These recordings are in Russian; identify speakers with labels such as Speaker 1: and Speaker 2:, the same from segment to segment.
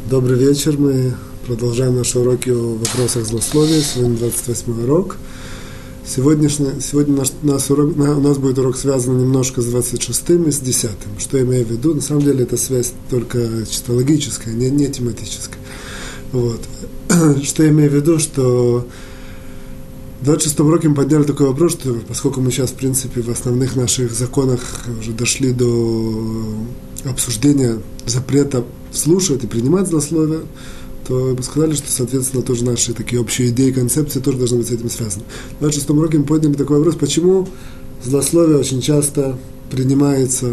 Speaker 1: Добрый вечер. Мы продолжаем наши уроки о вопросах злословия. Сегодня 28-й урок. Сегодня у нас будет урок связан немножко с 26-м и с 10-м. Что я имею в виду? На самом деле это связь только чисто логическая, не тематическая. Вот. Что я имею в виду, что в 26-м уроке мы подняли такой вопрос, что поскольку мы сейчас, в принципе, в основных наших законах уже дошли до обсуждения запрета слушать и принимать злословие, то мы сказали, что, соответственно, тоже наши такие общие идеи и концепции тоже должны быть с этим связаны. В 26-м уроке мы подняли такой вопрос, почему злословие очень часто принимается,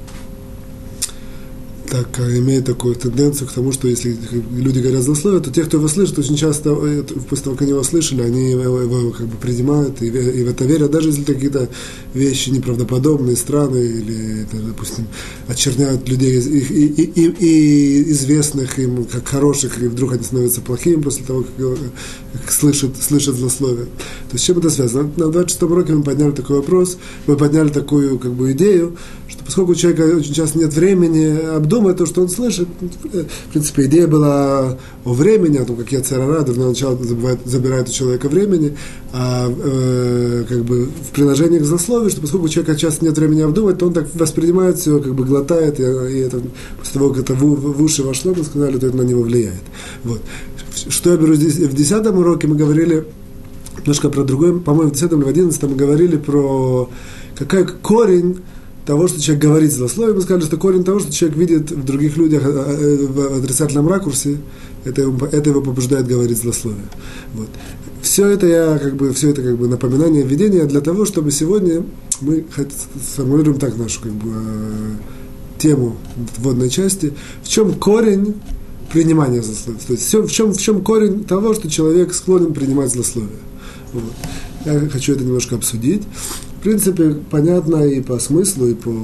Speaker 1: так, имеет такую тенденцию к тому, что если люди говорят злословие, то те, кто его слышит, очень часто, после того, как они его слышали, они его как бы принимают и в это верят, даже если какие-то вещи неправдоподобные, странные, или, допустим, очерняют людей и известных им как хороших, и вдруг они становятся плохими после того, как слышат злословие. То есть с чем это связано? На 26-м уроке мы подняли такой вопрос, мы подняли такую как бы идею, что поскольку у человека очень часто нет времени обдумать то, что он слышит, в принципе, идея была о времени, о том, как яцер-гара, дурное начало забирает у человека времени, как бы в приложениях злословия, что поскольку у человека часто нет времени обдумать, то он так воспринимает все, как бы глотает, и это, после того, как это в уши вошло, мы сказали, то это на него влияет. Вот. Что я беру здесь? В 10-м уроке мы говорили немножко про другое, по-моему, в 10-м или в 11-м мы говорили про какой корень того, что человек говорит злословие. Мы сказали, что корень того, что человек видит в других людях в отрицательном ракурсе, это его побуждает говорить злословие. Вот. Все это напоминание, введение для того, чтобы сегодня мы сформулируем так нашу как бы тему вводной части. В чем корень принимания злословия? То есть в чем корень того, что человек склонен принимать злословие? Вот. Я хочу это немножко обсудить. В принципе, понятно и по смыслу, и по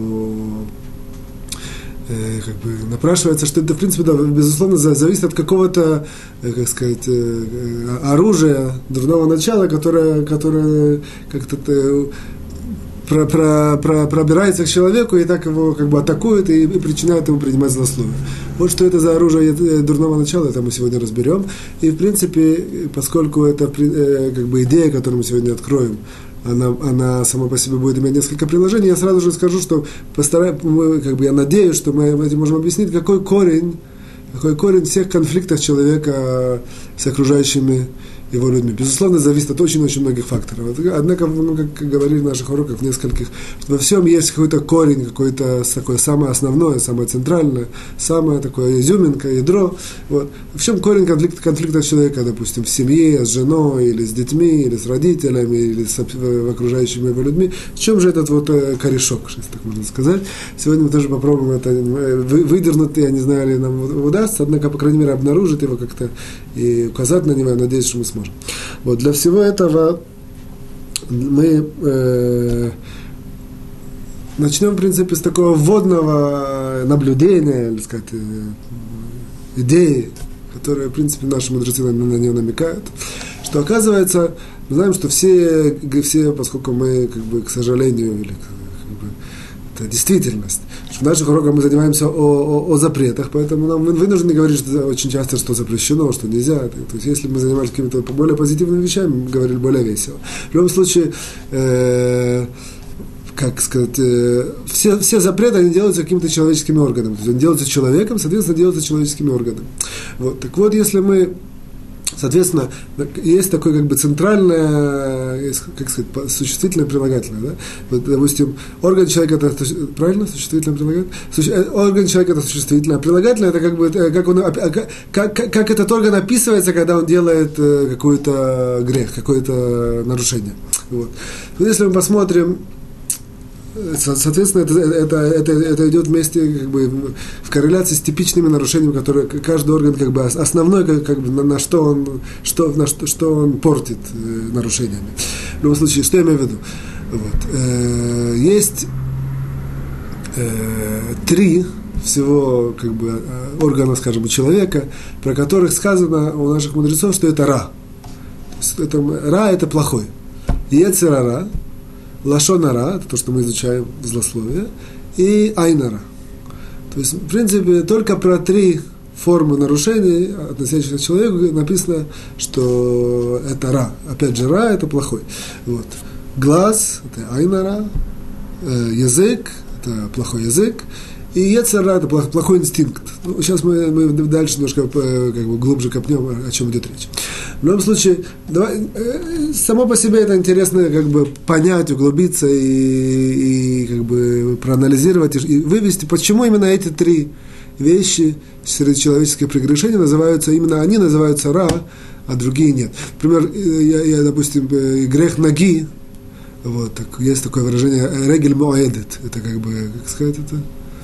Speaker 1: напрашивается, что это, в принципе, да, безусловно, зависит от какого-то, оружия, дурного начала, которое как-то пробирается к человеку и так его как бы атакует и причиняет ему принимать злословие. Вот что это за оружие дурного начала, это мы сегодня разберем. И, в принципе, поскольку это как бы идея, которую мы сегодня откроем, она сама по себе будет иметь несколько приложений, я сразу же скажу, что я надеюсь, что мы этим можем объяснить, какой корень всех конфликтов человека с окружающими его людьми. Безусловно, зависит от очень-очень многих факторов. Однако, как говорили в наших уроках, в нескольких, что во всем есть какой-то корень, какое-то такое самое основное, самое центральное, самое такое изюминка, ядро. Вот. В чем корень конфликта человека, допустим, в семье, с женой, или с детьми, или с родителями, или с окружающими его людьми? В чем же этот вот корешок, если так можно сказать? Сегодня мы тоже попробуем это выдернуть, я не знаю, ли нам удастся, однако, по крайней мере, обнаружить его как-то и указать на него, я надеюсь, что мы сможем. Вот, для всего этого мы начнем, в принципе, с такого вводного наблюдения, или сказать, идеи, которые, в принципе, наши мудрецы на нее намекают, что, оказывается, мы знаем, что все, поскольку мы, как бы, к сожалению, или это действительность. В наших уроках мы занимаемся о запретах, поэтому нам вынуждены говорить, что очень часто что запрещено, что нельзя. То есть, если мы занимались какими-то более позитивными вещами, мы говорили более весело. В любом случае, все запреты, они делаются какими-то человеческими органами. То есть, они делаются человеком, соответственно, делаются человеческими органами. Вот. Так вот, если мы... Соответственно, есть такое как бы центральное, как сказать, существительное прилагательное. Да? Вот, допустим, орган человека это правильно? Существительное прилагательное? Орган человека это существительное. Прилагательное это как бы как этот орган описывается, когда он делает какой-то грех, какое-то нарушение. Вот. Вот если мы посмотрим, соответственно, это идет вместе как бы, в корреляции с типичными нарушениями, которые каждый орган как бы основной, как бы, на что он портит нарушениями. В любом случае, что я имею в виду? Вот. Есть 3 всего как бы, органа, скажем, у человека, про которых сказано у наших мудрецов, что это ра. То есть, ра – это плохой. Йецер-гара, лашон-гара, это то, что мы изучаем в злословии, и айн-гара. То есть, в принципе, только про 3 формы нарушений, относящихся к человеку, написано, что это ра. Опять же, ра – это плохой. Вот. Глаз – это айнара, язык – это плохой язык, и ецер ра – это плохой инстинкт. Ну, сейчас мы дальше немножко как бы глубже копнем, о чем идет речь. В любом случае, само по себе это интересно как бы понять, углубиться и как бы проанализировать и вывести, почему именно эти три вещи среди человеческих прегрешений называются, именно они называются ра, а другие нет. Например, допустим, грех ноги, вот, так, есть такое выражение регель моэдет, это как бы, как сказать это,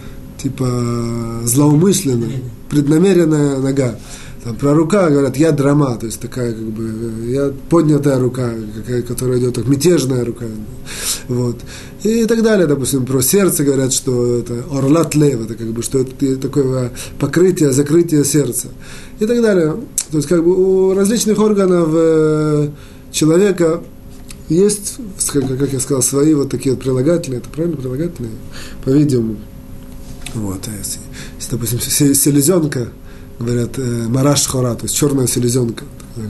Speaker 1: типа злоумышленно, преднамеренная нога. Там, про рука говорят яд рама, то есть такая как бы поднятая рука, которая идет как мятежная рука, вот. И так далее. Допустим, про сердце говорят, что это орлат лев, это как бы что это такое покрытие, закрытие сердца и так далее. То есть как бы у различных органов человека есть, как я сказал, свои вот такие вот прилагательные, это правильно прилагательные, по-видимому. Вот, если, допустим, селезенка, говорят, мараш хора, то есть черная селезенка.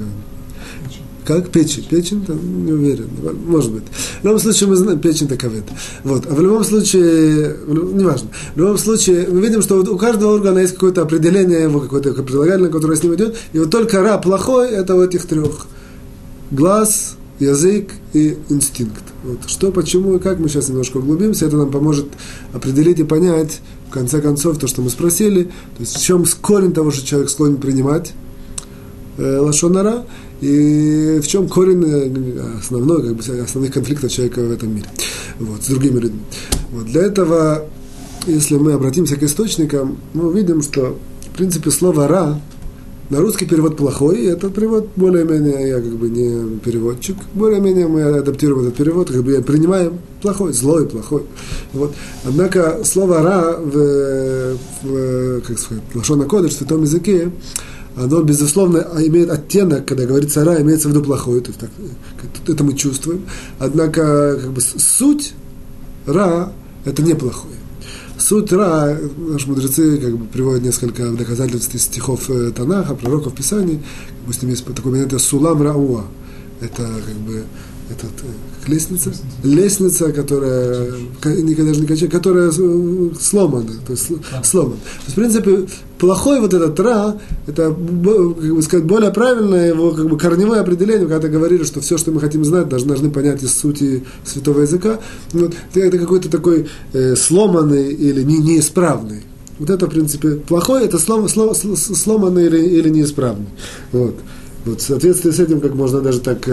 Speaker 1: Как? Печень. Печень, не уверен. Может быть. В любом случае, мы знаем, печень таковит. Вот. А в любом случае, неважно. В любом случае, мы видим, что у каждого органа есть какое-то определение, его какое-то прилагательное, которое с ним идет. И вот только ра плохой, это у этих трех. Глаз, язык и инстинкт. Вот. Что, почему и как, мы сейчас немножко углубимся. Это нам поможет определить и понять, в конце концов, то, что мы спросили, то есть в чем корень того, что человек склонен принимать лашон ара, и в чем корень основной, как бы, основных конфликтов человека в этом мире, вот, с другими людьми. Вот. Для этого, если мы обратимся к источникам, мы увидим, что, в принципе, слово «ра» на русский перевод плохой, и этот перевод более-менее, я как бы не переводчик, более-менее мы адаптируем этот перевод, как бы принимаем плохой, злой, плохой. Вот. Однако слово «ра» как сказать, лашон а-кодеш, в святом языке, оно, безусловно, имеет оттенок, когда говорится «ра», имеется в виду плохой, то есть так, это мы чувствуем. Однако как бы, суть «ра» – это не плохое. Суть ра, наши мудрецы как бы приводят несколько доказательств из стихов Танаха, пророков Писаний. Допустим, есть такой момент Сулам Рауа. Это как бы лестница, которая никогда же не качает, которая сломана. То есть, сломана. То есть, в принципе, плохой вот этот ра, это, как бы сказать, более правильное его как бы корневое определение, когда говорили, что все, что мы хотим знать, должны понять из сути святого языка. Вот, это какой-то такой сломанный или неисправный. Вот это, в принципе, плохой, это сломанный или неисправный. Вот. Вот, в соответствии с этим, как можно даже так,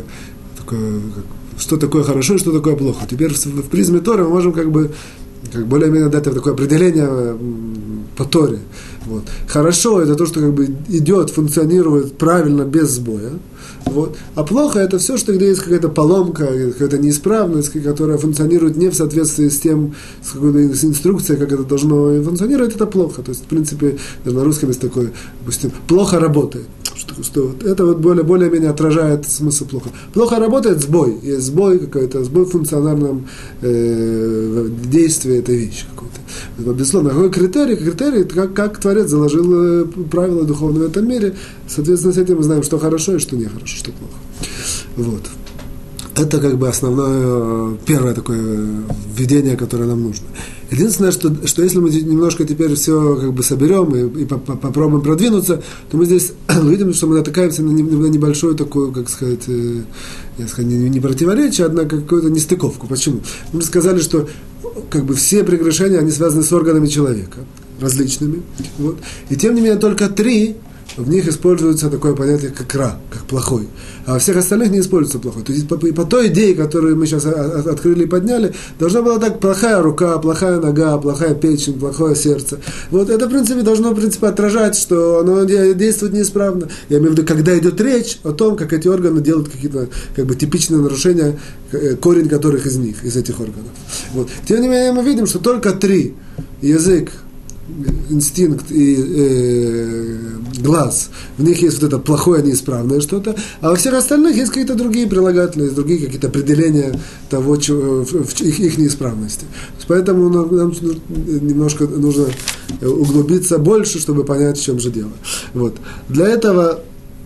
Speaker 1: что такое хорошо и что такое плохо. Теперь в призме Торы мы можем как более-менее дать такое определение по Торе. Вот. Хорошо – это то, что как бы идет, функционирует правильно, без сбоя. Вот. А плохо – это все, что где есть какая-то поломка, какая-то неисправность, которая функционирует не в соответствии с тем, с какой-то инструкцией, как это должно функционировать, это плохо. То есть, в принципе, даже на русском есть такое, допустим, плохо работает. Что это вот более-менее отражает смысл плохо. Плохо работает сбой. Есть сбой какой-то, сбой в функциональном действии этой вещи какой-то. Безусловно, какой критерий? Критерий, как Творец заложил правила духовного в этом мире. Соответственно, с этим мы знаем, что хорошо и что нехорошо, что плохо. Вот. Это как бы основное, первое такое введение, которое нам нужно. Единственное, что если мы немножко теперь все как бы соберем и попробуем продвинуться, то мы здесь видим, что мы натыкаемся на небольшую такую, как сказать, я скажу, не противоречие, однако какую-то нестыковку. Почему? Мы сказали, что как бы все прегрешения, они связаны с органами человека, различными. Вот. И тем не менее только 3 в них используется такое понятие, как ра, как плохой. А во всех остальных не используется плохой. То есть по той идее, которую мы сейчас открыли и подняли, должна была так плохая рука, плохая нога, плохая печень, плохое сердце. Вот это, в принципе, должно, в принципе, отражать, что оно действует неисправно. Я имею в виду, когда идет речь о том, как эти органы делают какие-то как бы типичные нарушения, корень которых из них, из этих органов. Вот. Тем не менее, мы видим, что только 3 язык, инстинкт и глаз, в них есть вот это плохое, неисправное что-то, а во всех остальных есть какие-то другие прилагательные, другие какие-то определения того, их неисправности. Поэтому нам немножко нужно углубиться больше, чтобы понять, в чем же дело. Вот. Для этого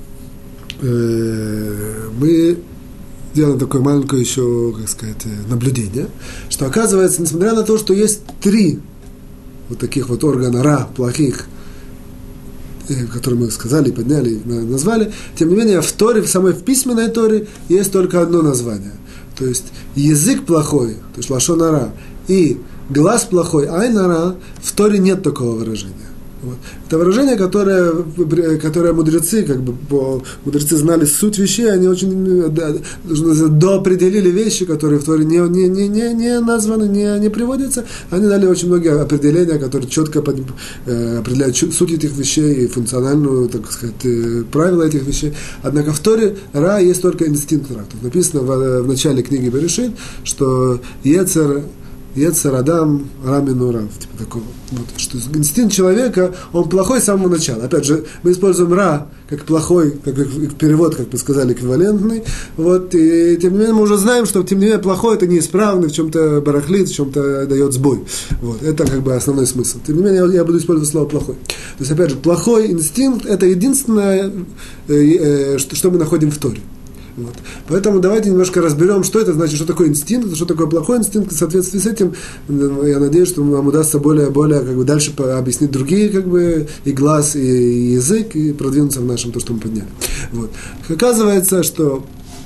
Speaker 1: мы делаем такое маленькое еще, как сказать, наблюдение, что оказывается, несмотря на то, что есть 3 вот таких вот органа ра, плохих, которые мы сказали, подняли, назвали, тем не менее в Торе, в письменной Торе есть только одно название. То есть язык плохой, то есть лашон ара, и глаз плохой, айн ара, в Торе нет такого выражения. Вот. Это выражение, которое мудрецы, мудрецы знали суть вещей, они очень доопределили вещи, которые в Торе не названы, не приводятся. Они дали очень многие определения, которые четко определяют суть этих вещей и функциональную, так сказать, правила этих вещей. Однако в Торе ра есть только инстинкт ра. Тут написано в начале книги Берешит, что Ецер Адам Рамину Рав, типа такого. Вот, что инстинкт человека, он плохой с самого начала. Опять же, мы используем ра как плохой, как перевод, как мы сказали, эквивалентный. Вот, и тем не менее мы уже знаем, что тем не менее плохой это неисправный, в чем-то барахлит, в чем-то дает сбой. Вот, это как бы основной смысл. Тем не менее я буду использовать слово плохой. То есть, опять же, плохой инстинкт это единственное, что мы находим в Торе. Вот. Поэтому давайте немножко разберем, что это значит, что такое инстинкт, что такое плохой инстинкт. В соответствии с этим, я надеюсь, что нам удастся более как бы, дальше объяснить другие, как бы, и глаз, и язык, и продвинуться в нашем, то, что мы подняли. Вот. Оказывается, что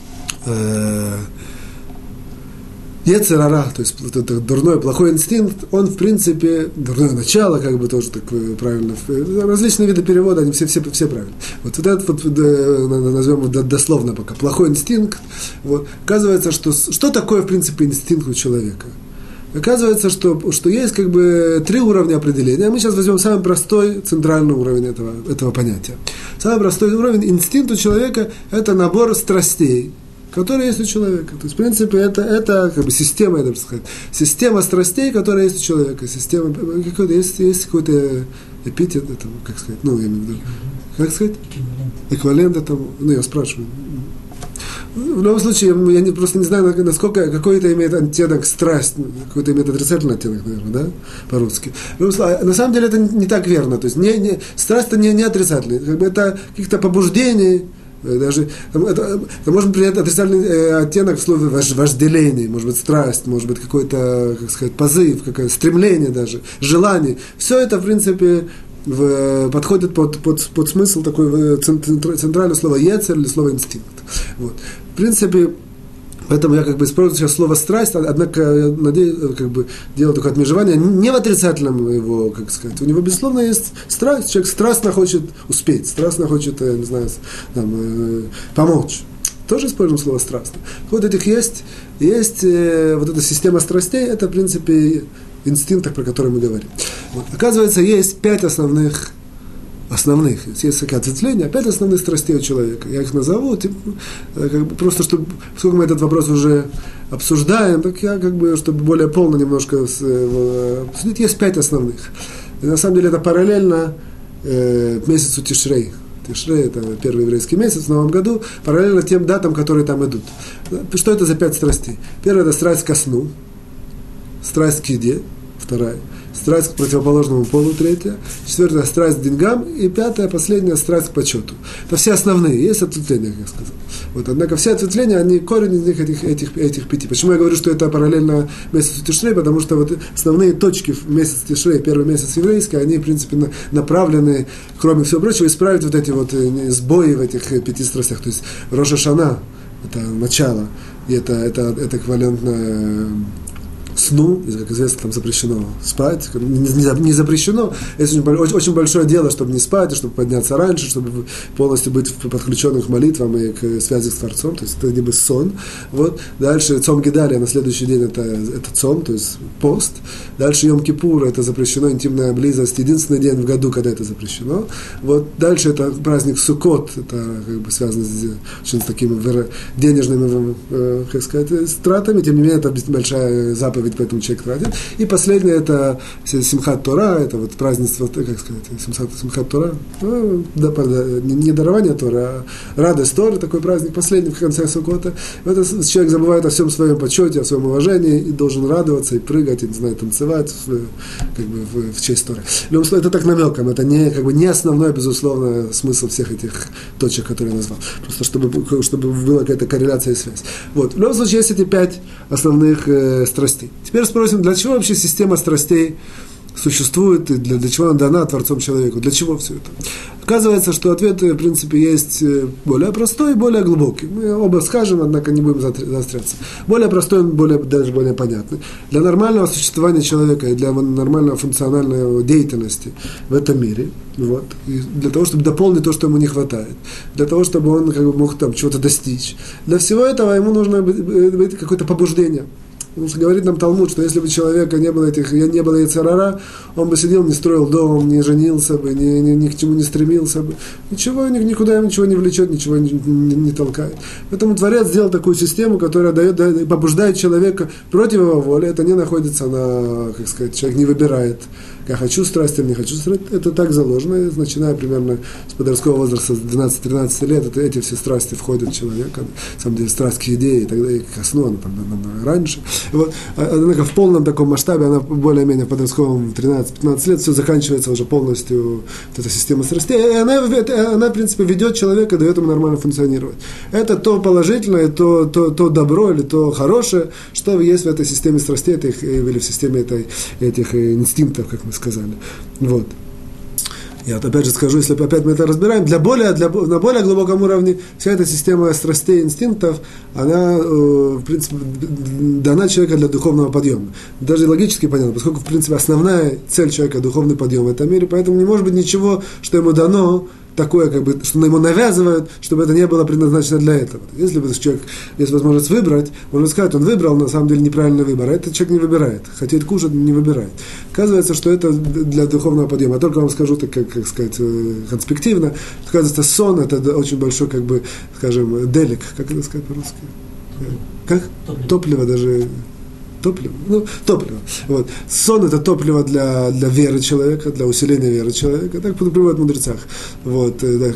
Speaker 1: Ецер ара, то есть это дурной, плохой инстинкт, он, в принципе, дурное начало, как бы тоже такое правильно, различные виды перевода, они все правильно. Вот этот вот, назовем его дословно пока, плохой инстинкт, вот. Оказывается, что такое, в принципе, инстинкт у человека? Оказывается, что есть как бы 3 уровня определения. Мы сейчас возьмем самый простой, центральный уровень этого понятия. Самый простой уровень инстинкта у человека – это набор страстей, которые есть у человека. То есть, в принципе, это как бы система, я даже сказать, система страстей, которая есть у человека. Система, есть какой-то эпитет этому, как сказать, я имею в виду, как сказать? Эквивалент этому, я спрашиваю. В любом случае, я просто не знаю, насколько, какой это имеет оттенок страсть, какой-то имеет отрицательный оттенок, наверное, да, по-русски. На самом деле это не так верно, то есть страсть это не отрицательный, как бы это каких-то побуждений, даже это может принять отрицательный оттенок в слове вожделение, может быть страсть, может быть какой-то, как сказать, позыв, какое-то стремление даже, желание. Все это, в принципе, подходит под смысл такой центрального слова «ецер» или слова «инстинкт». Вот. В принципе, поэтому я как бы использую сейчас слово «страсть», однако я надеюсь, как бы делаю такое отмежевание, не в отрицательном его, как сказать. У него, безусловно, есть страсть. Человек страстно хочет успеть, страстно хочет, я не знаю, помочь. Тоже используем слово «страстно». Вот этих есть вот эта система страстей, это, в принципе, инстинктах, про которые мы говорим. Вот. Оказывается, есть 5 основных, есть такое ответвление, 5 основных страстей у человека. Я их назову, как бы просто, поскольку мы этот вопрос уже обсуждаем, так я как бы, чтобы более полно немножко обсудить, есть 5 основных. И на самом деле это параллельно месяцу Тишрей. Тишрей – это первый еврейский месяц в Новом году, параллельно тем датам, которые там идут. Что это за 5 страстей? Первая – это страсть ко сну, страсть к еде, вторая, страсть к противоположному полу, третья, 4 страсть к деньгам, и 5 последняя страсть к почету. Это все основные, есть ответвления, как я сказал. Вот, однако все ответвления, они корень из них этих 5. Почему я говорю, что это параллельно месяцу Тишрей? Потому что вот основные точки в месяц Тишрей, первый месяц еврейский, они, в принципе, направлены, кроме всего прочего, исправить вот эти вот сбои в этих 5 страстях. То есть Рош ха-Шана – это начало, и это эквивалентно сну, как известно, там запрещено спать, не запрещено, это очень большое дело, чтобы не спать, и чтобы подняться раньше, чтобы полностью быть подключенным к молитвам и к связи с Творцом, то есть это либо сон. Вот. Дальше Цом Гедалия, на следующий день это цом, то есть пост. Дальше Йом-Кипур, это запрещено, интимная близость, единственный день в году, когда это запрещено. Вот. Дальше это праздник Суккот, это как бы связано с такими денежными, как сказать, стратами, тем не менее это большая заповедь ведь поэтому человек тратит. И последнее это Симхат Тора, это вот празднество, как сказать, Симхат Тора, не дарование Тора, а радость Торы, такой праздник последний в конце Суккота. Это человек забывает о всем своем почете, о своем уважении и должен радоваться и прыгать, и, не знаю, танцевать как бы, в честь Торы. В любом случае, это так намеком, это не, как бы, не основной, безусловно, смысл всех этих точек, которые я назвал. Просто чтобы была какая-то корреляция и связь. Вот. В любом случае, есть эти 5 основных страстей. Теперь спросим, для чего вообще система страстей существует, и для чего она дана Творцом человеку, для чего все это? Оказывается, что ответ, в принципе, есть более простой и более глубокий. Мы оба скажем, однако не будем заостряться. Более простой, даже более понятный. Для нормального существования человека и для нормальной функциональной деятельности в этом мире, вот, и для того, чтобы дополнить то, что ему не хватает, для того, чтобы он как бы, мог там чего-то достичь, для всего этого ему нужно быть какое-то побуждение. Потому что говорит нам Талмуд, что если бы у человека не было яйцерара, он бы сидел, не строил дом, не женился бы, ни к чему не стремился бы. Ничего, никуда ничего не влечет, ничего не толкает. Поэтому Творец сделал такую систему, которая побуждает человека против его воли. Это не находится на, как сказать, человек не выбирает. Я хочу страсть или не хочу страсть, это так заложено, начиная примерно с подросткового возраста, с 12-13 лет, эти все страсти входят в человека, на самом деле страсть к еде и так далее, к сну, она раньше. Вот. Однако в полном таком масштабе, она более-менее в подростковом 13-15 лет, все заканчивается уже полностью, вот эта система страстей, и она, в принципе, ведет человека, дает ему нормально функционировать. Это то положительное, то добро или то хорошее, что есть в этой системе страстей, или в системе этих инстинктов, как мы сказали. Вот. Я вот опять же скажу, если опять мы это разбираем, на более глубоком уровне вся эта система страстей и инстинктов, она, в принципе, дана человеку для духовного подъема. Даже логически понятно, поскольку, в принципе, основная цель человека – духовный подъем в этом мире, поэтому не может быть ничего, что ему дано, такое, как бы, что ему навязывают, чтобы это не было предназначено для этого. Если бы человек есть возможность выбрать, можно сказать, он выбрал, на самом деле, неправильный выбор, а этот человек не выбирает. Хотит кушать, не выбирает. Оказывается, что это для духовного подъема. Я только вам скажу, так, как сказать, конспективно. Оказывается, сон – это очень большой, как бы, скажем, делик. Как это сказать по-русски? Как? Топливо даже... Топливо. Вот. Сон – это топливо для веры человека, для усиления веры человека. Так приводят в мудрецах. Вот. Да,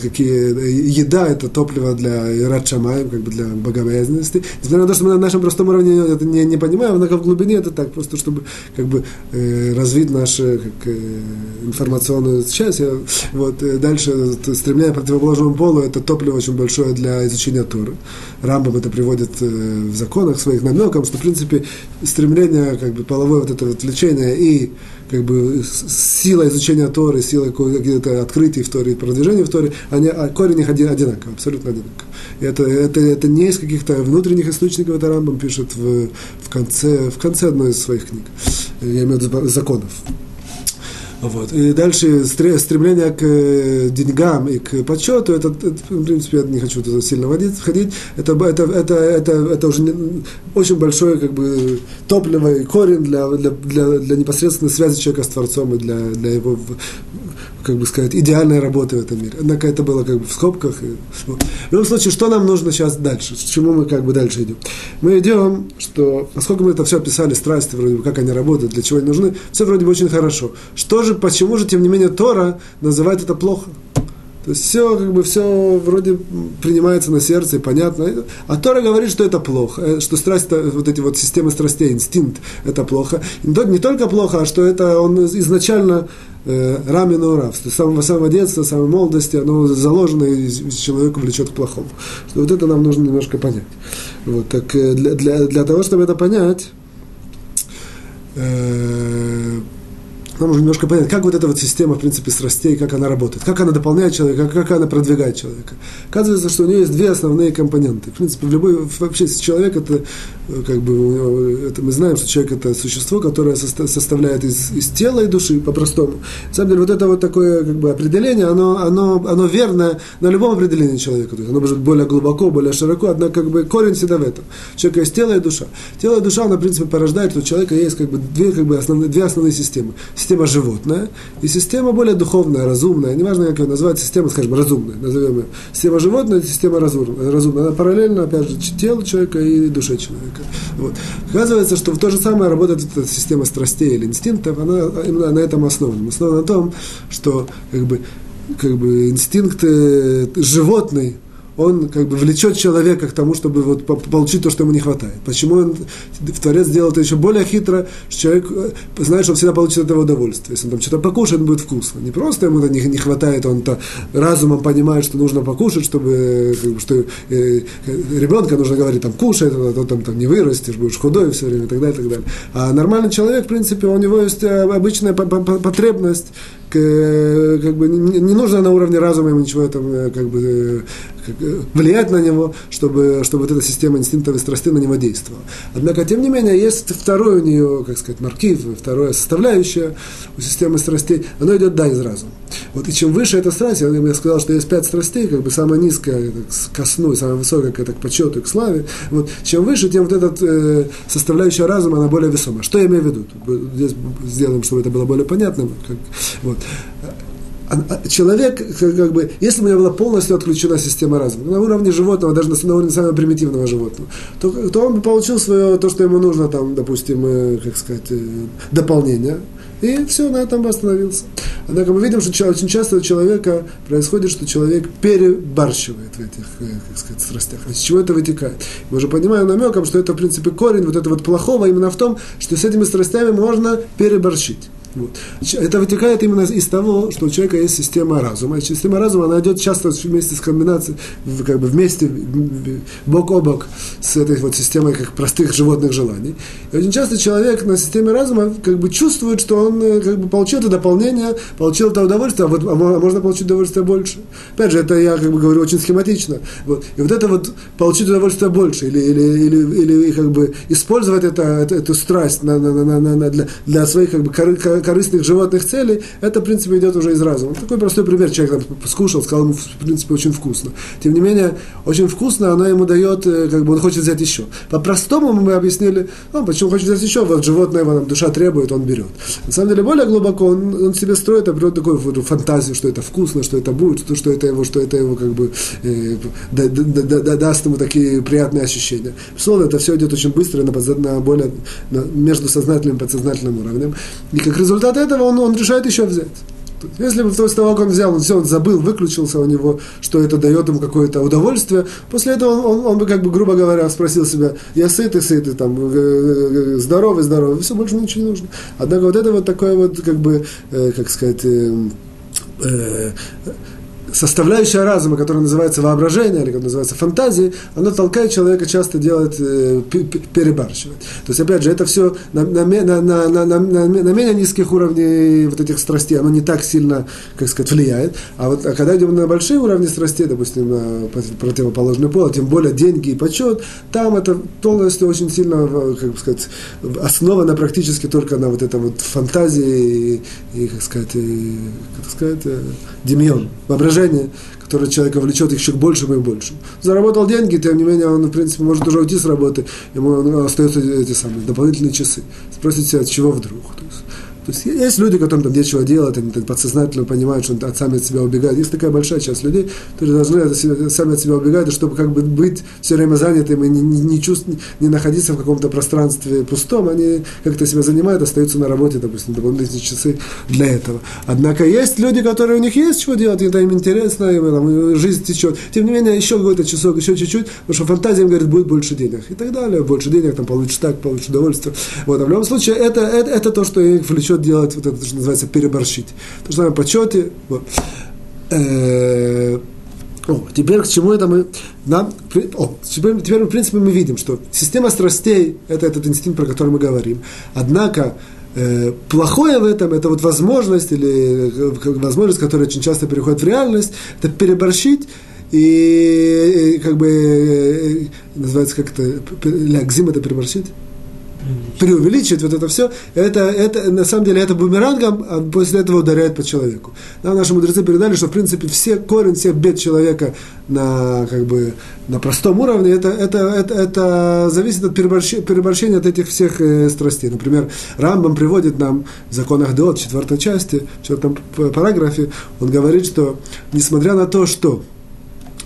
Speaker 1: еда – это топливо для ират шамаим, как бы для богобоязненности. Несмотря на то, что мы на нашем простом уровне это не понимаем, однако в глубине это так, просто чтобы как бы, развить нашу информационную часть. Вот. Дальше стремление к противоположному полу – это топливо очень большое для изучения Торы. Рамбам это приводит в законах своих намеком, что, в принципе, стремление, как бы, половое вот это вот влечение и, как бы, сила изучения Торы, сила каких-то открытий в Торе и продвижения в Торе, корень их одинаковый, абсолютно одинаковый. Это не из каких-то внутренних источников, это Рамбам пишет в конце одной из своих книг, я имею в виду законов. Вот. И дальше стремление к деньгам и к почету, это в принципе, я не хочу туда сильно входить, это уже очень большое, как бы, топливо и корень для непосредственной связи человека с Творцом и для его, как бы сказать, идеальной работы в этом мире. Однако это было, как бы, в скобках. Вот. В любом случае, что нам нужно сейчас дальше? К чему мы, как бы, дальше идем? Мы идем, что, поскольку мы это все описали, страсти, вроде бы, как они работают, для чего они нужны, все вроде бы очень хорошо. Почему же, тем не менее, Тора называет это плохо? То есть все, как бы, все вроде принимается на сердце и понятно. А Тора говорит, что это плохо, что страсть, вот эти вот системы страстей, инстинкт, это плохо. И не только плохо, а что это он изначально рамен урав, с самого детства, с самой молодости, оно заложено и человека влечет к плохому. Что вот это нам нужно немножко понять. Вот, так для того, чтобы это понять, нам нужно немножко понять, как вот эта вот система, в принципе, страстей, как она работает, как она дополняет человека, как она продвигает человека. Оказывается, что у нее есть две основные компоненты. В принципе, вообще человек это, как бы, это мы знаем, что человек это существо, которое составляет из тела и души, по-простому. На самом деле, вот это вот такое, как бы, определение, оно верно на любом определении человека. То есть оно может быть более глубоко, более широко, однако, как бы, корень всегда в этом. У человека есть тело и душа. Тело и душа, она, в принципе, порождает, что у человека есть, как бы, две основные системы. Система животная и система более духовная, разумная. Неважно, как ее назвать, система, скажем, разумная. Назовем ее. Система животная, система разумная. Она параллельна, опять же, телу человека и душе человека. человека. Вот. Оказывается, что то же самое работает эта система страстей или инстинктов, она именно на этом основана. Основана на том, что инстинкт животный, он как бы влечет человека к тому, чтобы вот получить то, что ему не хватает. Почему Творец сделал это еще более хитро, что человек знает, что он всегда получит от этого удовольствие. Если он там что-то покушает, будет вкусно. Не просто ему не хватает, он-то разумом понимает, что нужно покушать, чтобы что ребенка нужно говорить, там, кушай, а то там не вырастешь, будешь худой все время, и так далее, и так далее. А нормальный человек, в принципе, у него есть обычная потребность, не нужно на уровне разума ему ничего там, влиять на него, чтобы вот эта система инстинктов и страстей на него действовала. Однако, тем не менее, есть второй у нее, маркив, вторая составляющая у системы страстей, оно идет, из разума. Вот, и чем выше эта страсть, я сказал, что есть 5 страстей, самая низкая к сну, самая высокая к почету и к славе, вот, чем выше, тем вот эта составляющая разума, она более весомая. Что я имею в виду? Здесь сделаем, чтобы это было более понятно. Вот. Человек, если бы у него была полностью отключена система разума, на уровне животного, даже на уровне самого примитивного животного, то он бы получил свое, то, что ему нужно, там, допустим, дополнение, и все, на этом бы остановился. Однако мы видим, что очень часто у человека происходит, что человек перебарщивает в этих, страстях. Из чего это вытекает? Мы уже понимаем намеком, что это, в принципе, корень вот этого плохого именно в том, что с этими страстями можно переборщить. Вот. Это вытекает именно из того, что у человека есть система разума. И система разума, она идет часто вместе с комбинацией, вместе, бок о бок с этой вот системой простых животных желаний. И очень часто человек на системе разума чувствует, что он получил это дополнение, получил это удовольствие, а можно получить удовольствие больше. Опять же, это я говорю очень схематично. Вот. И вот это вот получить удовольствие больше, или использовать эту страсть для своих корыстных животных целей, это, в принципе, идет уже из разума. Такой простой пример. Человек там скушал, сказал ему, в принципе, очень вкусно. Тем не менее, очень вкусно, оно ему дает, он хочет взять еще. По-простому мы объяснили, почему хочет взять еще, вот животное, его душа требует, он берет. На самом деле, более глубоко, он себе строит такую фантазию, что это вкусно, что это будет, что это его даст ему такие приятные ощущения. Безусловно, это все идет очень быстро, между сознательным и подсознательным уровнем. И как результат этого он решает еще взять. Если бы после того, как он взял, он забыл, выключился у него, что это дает ему какое-то удовольствие, после этого он бы, грубо говоря, спросил себя, я сытый, там, здоровый, все, больше ничего не нужно. Однако вот это вот такое вот, составляющая разума, которая называется воображение, или которая называется фантазией, она толкает человека часто делать, перебарщивать. То есть, опять же, это все на менее низких уровней вот этих страстей, оно не так сильно, влияет. А когда идем на большие уровни страстей, допустим, на противоположный пол, тем более деньги и почет, там это полностью очень сильно, основано практически только на вот этой вот фантазии и демьон, воображение, которое человека влечет еще к большему и большему. Заработал деньги, тем не менее, он, в принципе, может уже уйти с работы, ему остаются эти самые дополнительные часы. Спросите себя, от чего вдруг? То есть есть люди, которым там нечего делать, они подсознательно понимают, что они сами от себя убегают. Есть такая большая часть людей, которые должны сами от себя убегать, чтобы быть все время занятым и не находиться в каком-то пространстве пустом, они как-то себя занимают, остаются на работе, допустим, дополнительные часы для этого. Однако есть люди, которые у них есть чего делать, это им интересно, им жизнь течет. Тем не менее, еще какой-то часок, еще чуть-чуть, потому что фантазия им говорит, будет больше денег и так далее, больше денег, там получишь так, получишь удовольствие. Вот. А в любом случае, это то, что их влечет делать, вот это, что называется, переборщить. То же самое почете. Вот. Теперь к чему это мы... Теперь, в принципе, мы видим, что система страстей – это этот инстинкт, про который мы говорим. Однако, плохое в этом – это вот возможность, которая очень часто переходит в реальность, это переборщить, и называется как-то, лягзим – это переборщить, преувеличивать вот это все, это на самом деле это бумерангом, а после этого ударяет по человеку. Нам наши мудрецы передали, что в принципе корень всех бед человека на простом уровне, это зависит от переборщения от этих всех страстей. Например, Рамбам приводит нам в законах Деот, в 4 части, в 4 параграфе, он говорит, что несмотря на то, что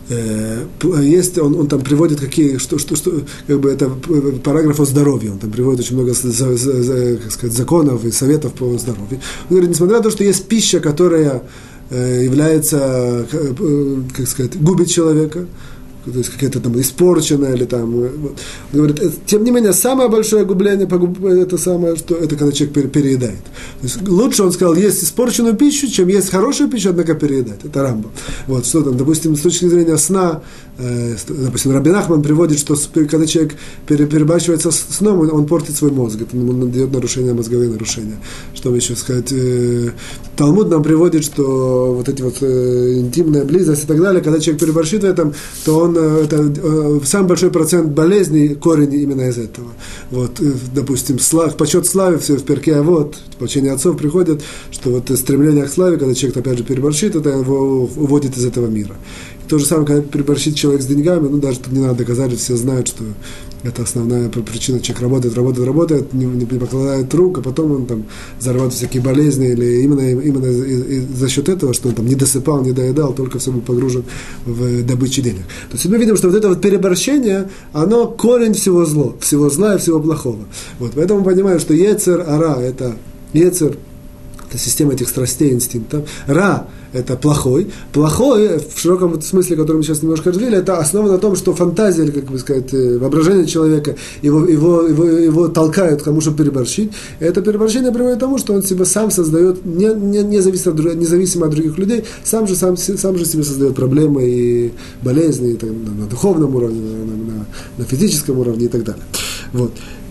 Speaker 1: Есть, он там приводит что, как бы это параграф о здоровье, он там приводит очень много как сказать, законов и советов по здоровью. Он говорит, несмотря на то, что есть пища, которая является, как сказать, губит человека, то есть какая-то там испорченная или там. Вот. Он говорит, тем не менее, самое большое губление, это самое, что это когда человек переедает. То есть лучше, он сказал, есть испорченную пищу, чем есть хорошую пищу, однако переедать. Это Рамбам. Вот, что там, допустим, с точки зрения сна, допустим, Рабби Нахман приводит, что когда человек перебарщивается с сном, он портит свой мозг, это ему дает нарушение, мозговые нарушения. Что еще сказать? Талмуд нам приводит, что вот эти вот интимная близость и так далее, когда человек переборщит в этом, то он это самый большой процент болезней, корень именно из этого. Вот, допустим, почет славе, все в перке, а вот, в учении отцов приходит, что вот стремление к славе, когда человек, опять же, переборщит, это его уводит из этого мира. И то же самое, когда переборщит человек с деньгами, даже тут не надо доказать, все знают, что это основная причина, человек работает, не покладает рук, а потом он там зарабатывает всякие болезни, или именно за счет этого, что он там не досыпал, не доедал, только все был погружен в добычу денег. То есть мы видим, что вот это вот переборщение, оно корень всего зла и всего плохого. Вот, поэтому мы понимаем, что Йецер Ара, это Йецер, это система этих страстей, инстинктов. Ра – это плохой. Плохой, в широком смысле, который мы сейчас немножко развили, это основа на том, что фантазия, или, как бы сказать, воображение человека его толкают к тому, чтобы переборщить. И это переборщение приводит к тому, что он себя сам создает, независимо от других людей, сам же себе создает проблемы и болезни на духовном уровне, на физическом уровне и так далее. Вот.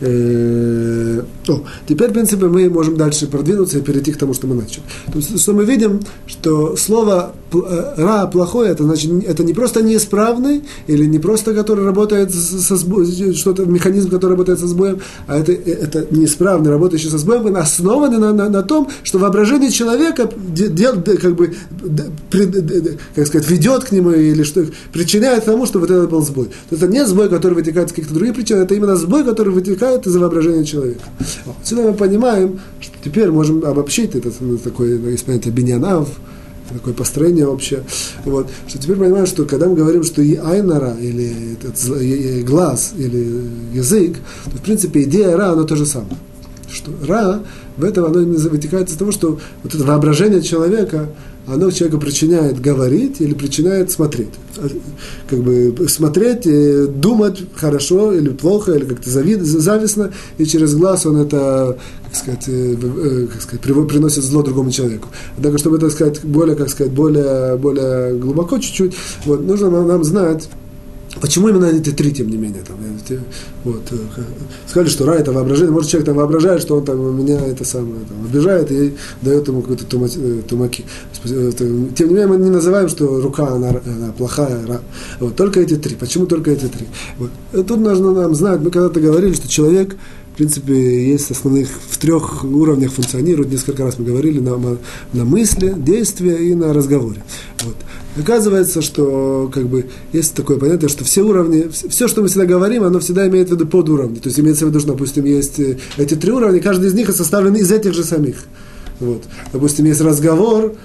Speaker 1: Теперь, в принципе, мы можем дальше продвинуться и перейти к тому, что мы начали. То есть, что мы видим, что слово «ра» плохое, это значит, это не просто неисправный, или не просто, который работает со сбоем, что-то, механизм, который работает со сбоем, а это неисправный, работающий со сбоем, основанный на том, что воображение человека как сказать, ведет к нему, или что причиняет тому, что вот этот был сбой. То есть это не сбой, который вытекает из каких-то других причин, это именно сбой, который вытекает из воображения человека. Отсюда мы понимаем, что теперь можем обобщить, это такое, есть понятие биньянав, такое построение общее, вот, что теперь понимаем, что когда мы говорим, что и айнара, или глаз, или язык, то в принципе идея ра, она то же самое. Что ра, в этом оно вытекает из того, что вот это воображение человека, оно человеку причиняет говорить или причиняет смотреть. Как бы смотреть, думать хорошо или плохо, или как-то завистно, и через глаз он это, как сказать, приносит зло другому человеку. Однако, чтобы это сказать более глубоко чуть-чуть, вот, нужно нам знать, почему именно эти три, тем не менее, там, вот, сказали, что ра – это воображение, может, человек там воображает, что он там меня это самое там, обижает и дает ему какой-то тумаки. Тем не менее, мы не называем, что рука, она плохая, ра. Вот, только эти три. Почему только эти три? Вот. Тут нужно нам знать, мы когда-то говорили, что человек, в принципе, есть основных в 3 уровнях функционирует, несколько раз мы говорили, на мысли, действия и на разговоре. Вот. Оказывается, что как бы, есть такое понятие, что все уровни, все, что мы всегда говорим, оно всегда имеет в виду подуровни. То есть имеется в виду, что, допустим, есть эти 3 уровня, каждый из них составлен из этих же самих. Вот. Допустим, есть разговор,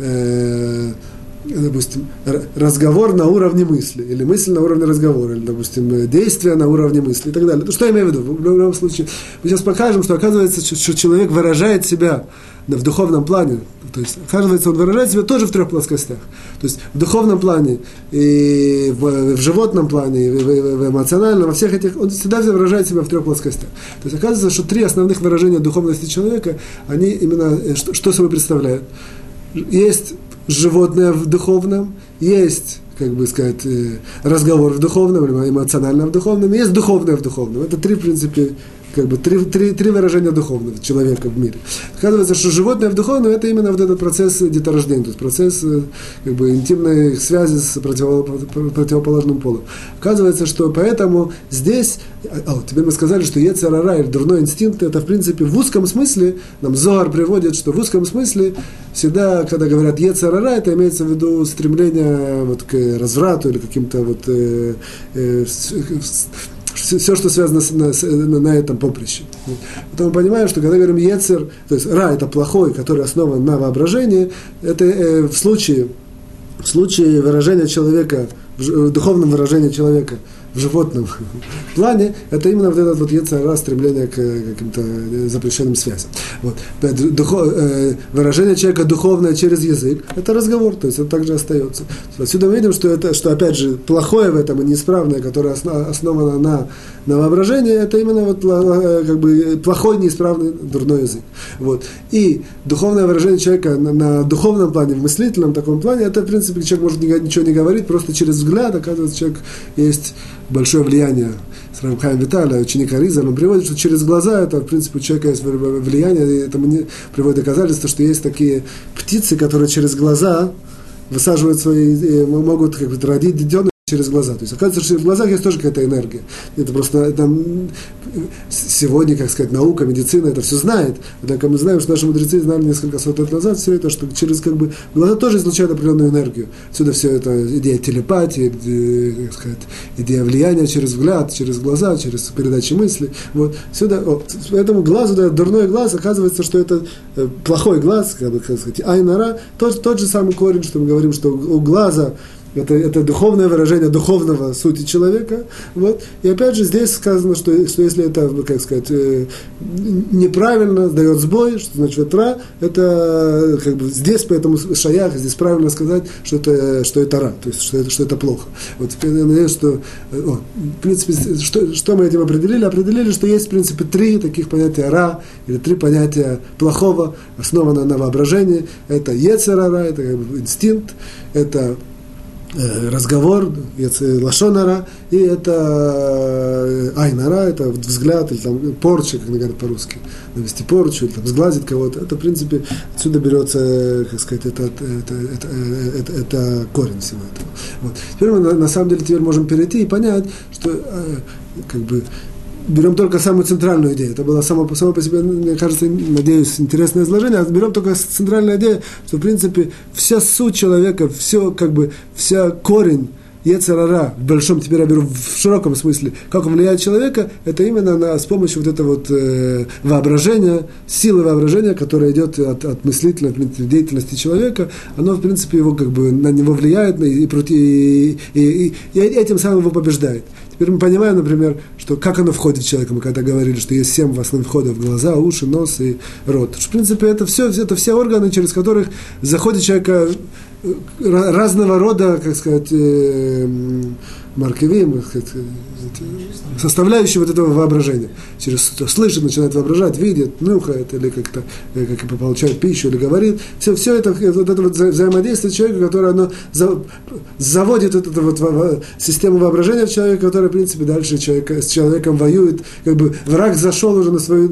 Speaker 1: допустим, разговор на уровне мысли, или мысль на уровне разговора, или, допустим, действие на уровне мысли и так далее. То, что я имею в виду? В любом случае, мы сейчас покажем, что оказывается, что человек выражает себя в духовном плане, то есть, оказывается, он выражает себя тоже в 3 плоскостях. То есть, в духовном плане, и в животном плане, и в эмоциональном, во всех этих, он всегда выражает себя в 3 плоскостях. То есть, оказывается, что 3 основных выражения духовности человека, они именно, что собой представляют? Есть животное в духовном, есть, как бы сказать, разговор в духовном, или эмоционально в духовном, есть духовное в духовном. Это 3, в принципе, как бы три выражения духовного человека в мире. Оказывается, что животное в духовном – это именно вот этот процесс деторождения, то есть процесс как бы интимной связи с противоположным полом. Оказывается, что поэтому здесь, теперь мы сказали, что Йецер Ара, или дурной инстинкт, это в принципе в узком смысле, нам Зоар приводит, что в узком смысле всегда, когда говорят Йецер Ара, это имеется в виду стремление вот к разврату или каким-то вот все, что связано на этом поприще. Потом мы понимаем, что когда говорим Йецер, то есть Ра – это плохой, который основан на воображении, это в случае выражения человека в духовном выражении человека, в животном плане, это именно вот этот вот йецер ара, стремление к каким-то запрещенным связям. Вот. Выражение человека духовное через язык, это разговор, то есть это также остается. Отсюда мы видим, что опять же, плохое в этом и неисправное, которое основано на воображении, это именно вот как бы плохой, неисправный, дурной язык. Вот. И духовное выражение человека на духовном плане, в мыслительном таком плане, это, в принципе, человек может ничего не говорить, просто через взгляд, оказывается, человек есть большое влияние. С Рав Хаим Виталя, ученик Аризаль, он приводит, что через глаза, это, в принципе, у человека есть влияние, и это приводит доказательство, что есть такие птицы, которые через глаза высаживают свои, могут как бы родить детенышей через глаза. То есть, оказывается, что в глазах есть тоже какая-то энергия. Это просто сегодня, как сказать, наука, медицина это все знает. Однако мы знаем, что наши мудрецы знали несколько сот лет назад все это, что через как бы глаза тоже излучают определенную энергию. Отсюда все это идея телепатии, как сказать, идея влияния через взгляд, через глаза, через передачу мысли. Вот. Сюда, поэтому глазу, да, дурной глаз, оказывается, что это плохой глаз, как сказать, айн-ара, тот же самый корень, что мы говорим, что у глаза это духовное выражение духовного сути человека. Вот. И опять же здесь сказано, что если это, как сказать, неправильно, дает сбой, что значит ра, это как бы здесь поэтому шаях, здесь правильно сказать, что это ра, то есть что это плохо. Вот теперь я надеюсь, что в принципе, что мы этим определили? Определили, что есть в принципе три таких понятия ра, или три понятия плохого, основанного на воображении. Это йецер ара, это как бы инстинкт, это разговор, лашон ара, и это айн ара, это взгляд, или там порча, как говорят по-русски, навести порчу, или там сглазить кого-то. Это, в принципе, отсюда берется, как сказать, это корень всего этого. Вот. Теперь мы, на самом деле, теперь можем перейти и понять, что, как бы, берем только самую центральную идею. Это было само по себе, мне кажется, надеюсь, интересное изложение. А берем только центральную идею, что, в принципе, вся суть человека, все, как бы, вся корень йецер ара, в большом, теперь я беру в широком смысле, как он влияет человека, это именно с помощью вот этого вот воображения, силы воображения, которая идет от мыслительной, от деятельности человека, оно, в принципе, его, как бы, на него влияет и этим самым его побеждает. Теперь мы понимаем, например, что как оно входит в человека. Мы когда говорили, что есть 7 основных входов: глаза, уши, нос и рот. В принципе, это все органы, через которых заходит человека разного рода, как сказать, маркевим, составляющие вот этого воображения. Через слышит, начинает воображать, видит, нюхает, или как-то получает пищу, или говорит. Все это, вот это вот взаимодействие человека, которое оно заводит вот эту вот систему воображения в человека, которая, в принципе, дальше с человеком воюет. Как бы враг зашел уже на свою,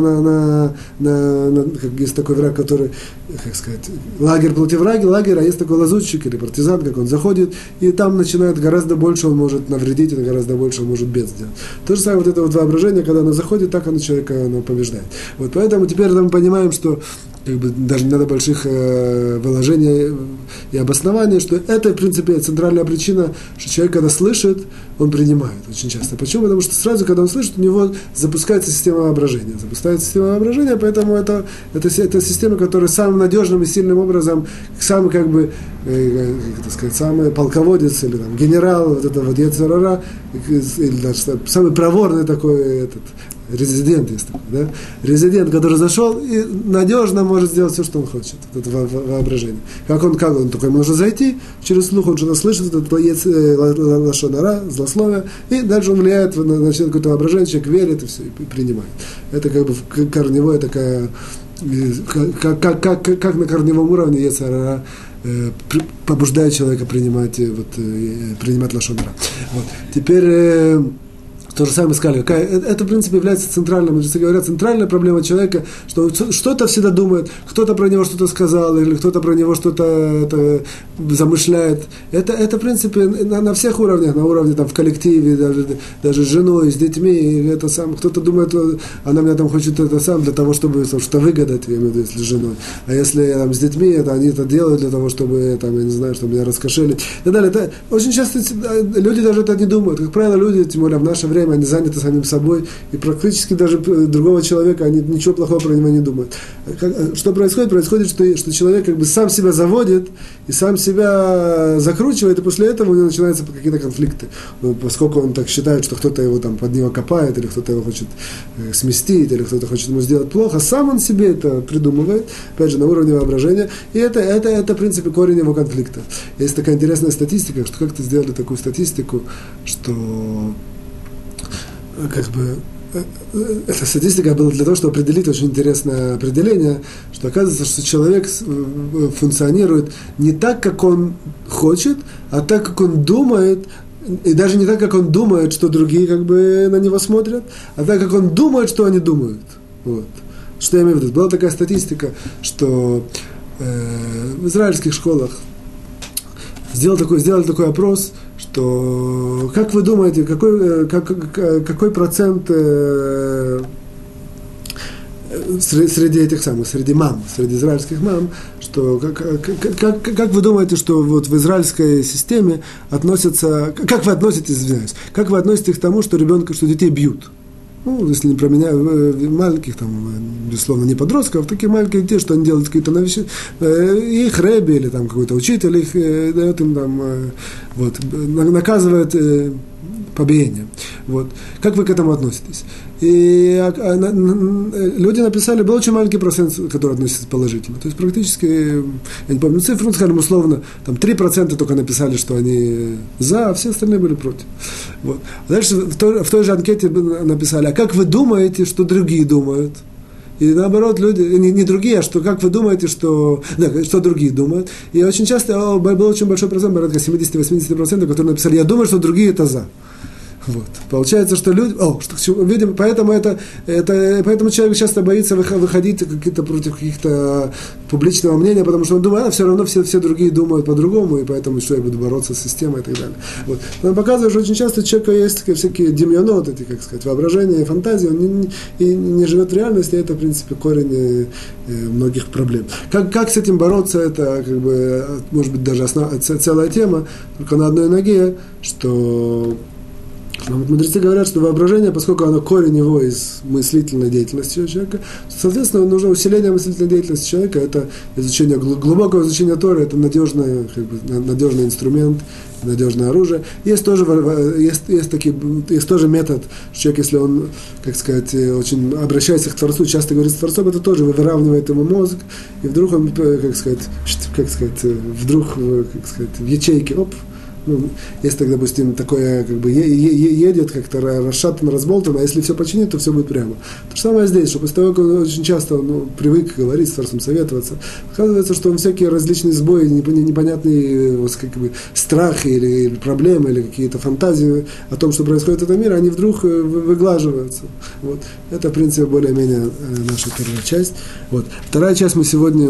Speaker 1: как есть такой враг, который, как сказать, лагерь против лагеря, а есть такой лазутчик или партизан, как он заходит, и там начинает гораздо больше он может навредить, и гораздо больше он может бед сделать. То же самое вот это вот воображение, когда оно заходит, так оно человека побеждает. Вот поэтому теперь мы понимаем, что как бы даже не надо больших выложений и обоснований, что это, в принципе, центральная причина, что человек, когда слышит, он принимает очень часто. Почему? Потому что сразу, когда он слышит, у него запускается система воображения. Поэтому это система, которая самым надежным и сильным образом, самый, как бы, как сказать, самый полководец или там, генерал вот этого вот йецер ара, или даже самый проворный такой резидент есть такой, да? Резидент, который зашел и надежно может сделать все, что он хочет. Это воображение. Как он только ему нужно зайти, через слух он что-то слышит, это лашон ара, злословие, и дальше он влияет на какое-то воображение, человек верит и все, и принимает. Это как бы корневое такая, как на корневом уровне йецер ара побуждает человека принимать лашон ара. Вот. Теперь то же самое сказали. Это, в принципе, является центральным, мудрецы говорят, центральная проблема человека, что что-то всегда думает, кто-то про него что-то сказал, или кто-то про него что-то замышляет. Это в принципе, на всех уровнях, на уровне там, в коллективе, даже с женой, с детьми, кто-то думает, она меня там хочет для того, чтобы что-то выгадать, я имею в виду, если с женой. А если там, с детьми, они это делают для того, чтобы, там, я не знаю, чтобы меня раскошелить. И так далее. Это очень часто люди даже это не думают. Как правило, люди, тем более в наше время, время они заняты самим собой, и практически даже другого человека, они ничего плохого про него не думают. Что происходит? Происходит, что человек как бы сам себя заводит, и сам себя закручивает, и после этого у него начинаются какие-то конфликты. Поскольку он так считает, что кто-то его там под него копает, или кто-то его хочет сместить, или кто-то хочет ему сделать плохо, сам он себе это придумывает, опять же, на уровне воображения, и это в принципе, корень его конфликта. Есть такая интересная статистика, что как-то сделали такую статистику, что как бы эта статистика была для того, чтобы определить очень интересное определение, что оказывается, что человек функционирует не так, как он хочет, а так, как он думает, и даже не так, как он думает, что другие как бы на него смотрят, а так, как он думает, что они думают. Вот. Что я имею в виду? Была такая статистика, что в израильских школах сделали такой опрос, что, как вы думаете, какой процент среди этих самых, среди мам, среди израильских мам, что как вы думаете, что вот в израильской системе относятся, как вы относитесь, извиняюсь, как вы относитесь к тому, что детей бьют? Ну, если не про меня, маленьких, там, безусловно, не подростков, такие маленькие детей, что они делают какие-то вещи, их рэби или там какой-то учитель их дает им там, вот, наказывает побиением. Вот. Как вы к этому относитесь? И люди написали, был очень маленький процент, который относится положительно. То есть практически, я не помню цифру, скажем условно, там 3% только написали, что они за, а все остальные были против. Вот. Дальше в той же анкете написали, а как вы думаете, что другие думают? И наоборот, люди, не другие, а что, как вы думаете, что другие думают. И очень часто был очень большой процент, порядка 70-80%, которые написали, я думаю, что другие это за. Вот. Получается, что люди... видимо, поэтому человек часто боится выходить против каких-то публичного мнения, потому что он думает, все равно все другие думают по-другому, и поэтому что я буду бороться с системой и так далее. Вот. Но он показывает, что очень часто у человека есть всякие демьонот, эти, как сказать, воображения и фантазии, он не живет в реальности, и это, в принципе, корень многих проблем. Как с этим бороться, это, как бы, может быть, даже целая тема, только на одной ноге, что... Мудрецы говорят, что воображение, поскольку оно корень его из мыслительной деятельности человека, соответственно, нужно усиление мыслительной деятельности человека, это изучение, глубокое изучение Торы, это надежный инструмент, надежное оружие. Есть тоже метод, что человек, если он, как сказать, очень обращается к Творцу, часто говорит с Творцом, это тоже выравнивает ему мозг, и вдруг он, в ячейке, если так, допустим, такое как бы едет как-то расшатано, разболтано, а если все починить, то все будет прямо. То же самое здесь, что после того, как он очень часто привык говорить с Творцом, советоваться, оказывается, что он всякие различные сбои, непонятные как бы, страхи или проблемы, или какие-то фантазии о том, что происходит в этом мире, они вдруг выглаживаются. Вот. Это, в принципе, более-менее наша первая часть. Вот. Вторая часть мы сегодня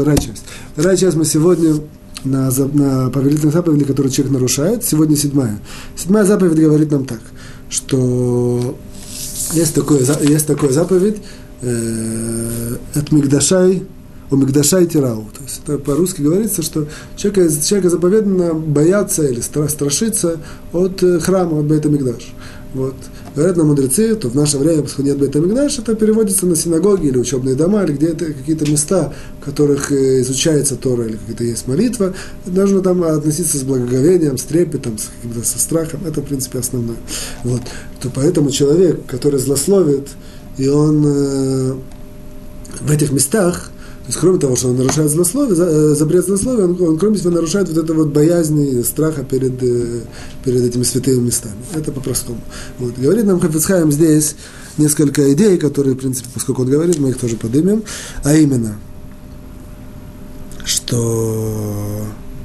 Speaker 1: на повелительных заповедях, которые человек нарушает. Сегодня 7-я. 7-я заповедь говорит нам так, что есть такая заповедь от Мигдашай, о Мигдашай Тирау. То есть это по-русски говорится, что человеку заповедано бояться или страшиться от храма, от Бейт Микдаш. Вот. Говорят нам мудрецы, то в наше время, поскольку нет Бейт Микдаш, это переводится на синагоги или учебные дома, или где-то какие-то места, в которых изучается Тора, или какая-то есть молитва, должно там относиться с благоговением, с трепетом, со страхом. Это, в принципе, основное. Вот. То поэтому человек, который злословит, и он в этих местах, то есть, кроме того, что он нарушает запрет злословия, он, кроме того, нарушает вот это вот боязнь и страха перед этими святыми местами. Это по-простому. Вот. Говорит нам Хафец Хаим здесь несколько идей, которые, в принципе, поскольку он говорит, мы их тоже поднимем, а именно, что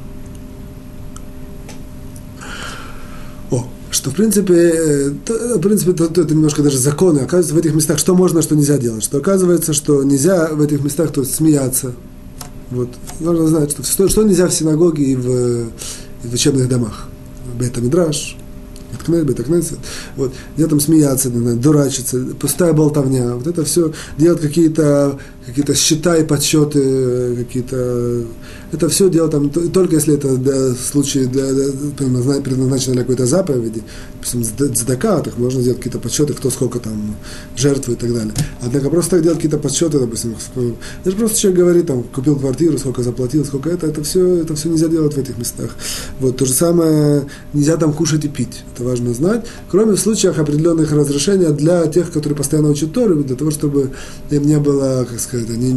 Speaker 1: в принципе, это немножко даже законы. Оказывается, в этих местах что можно, что нельзя делать. Что оказывается, что нельзя в этих местах, то есть, смеяться. Вот. Нужно знать, что нельзя в синагоге и в учебных домах. Бейт-Мидраш, Бейт-Кнесет. Вот. Где там смеяться, дурачиться, пустая болтовня. Вот это все делать какие-то какие-то счета и подсчеты, какие-то... Это все дело там, только если это случай предназначено для какой-то заповеди, допустим, цдака, так можно сделать какие-то подсчеты, кто сколько там жертвует и так далее. Однако просто так делать какие-то подсчеты, допустим, даже просто человек говорит, там, купил квартиру, сколько заплатил, сколько это все нельзя делать в этих местах. Вот, то же самое, нельзя там кушать и пить, это важно знать, кроме в случаях определенных разрешений для тех, которые постоянно учат Тору, для того, чтобы им не было, как сказать, они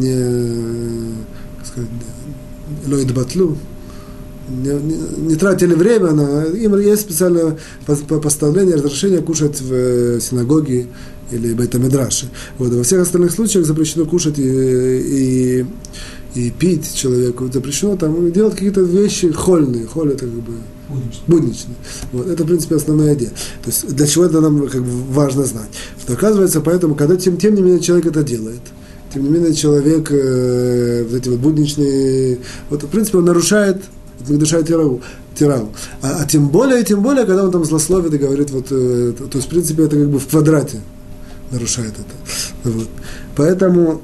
Speaker 1: лоид батлу, не тратили время, им есть специальное постановление, разрешение кушать в синагоге или бейт-мидраше. Вот, во всех остальных случаях запрещено кушать и пить человеку, запрещено там делать какие-то вещи хольные, холь это как бы будничные. Вот, это, в принципе, основная идея. То есть, для чего это нам как бы важно знать. Что, оказывается, поэтому, когда тем не менее человек это делает, тем не менее человек вот эти вот будничные, вот, в принципе, он нарушает тирау. А тем более, когда он там злословит и говорит, вот, то есть, в принципе, это как бы в квадрате нарушает это. Вот. Поэтому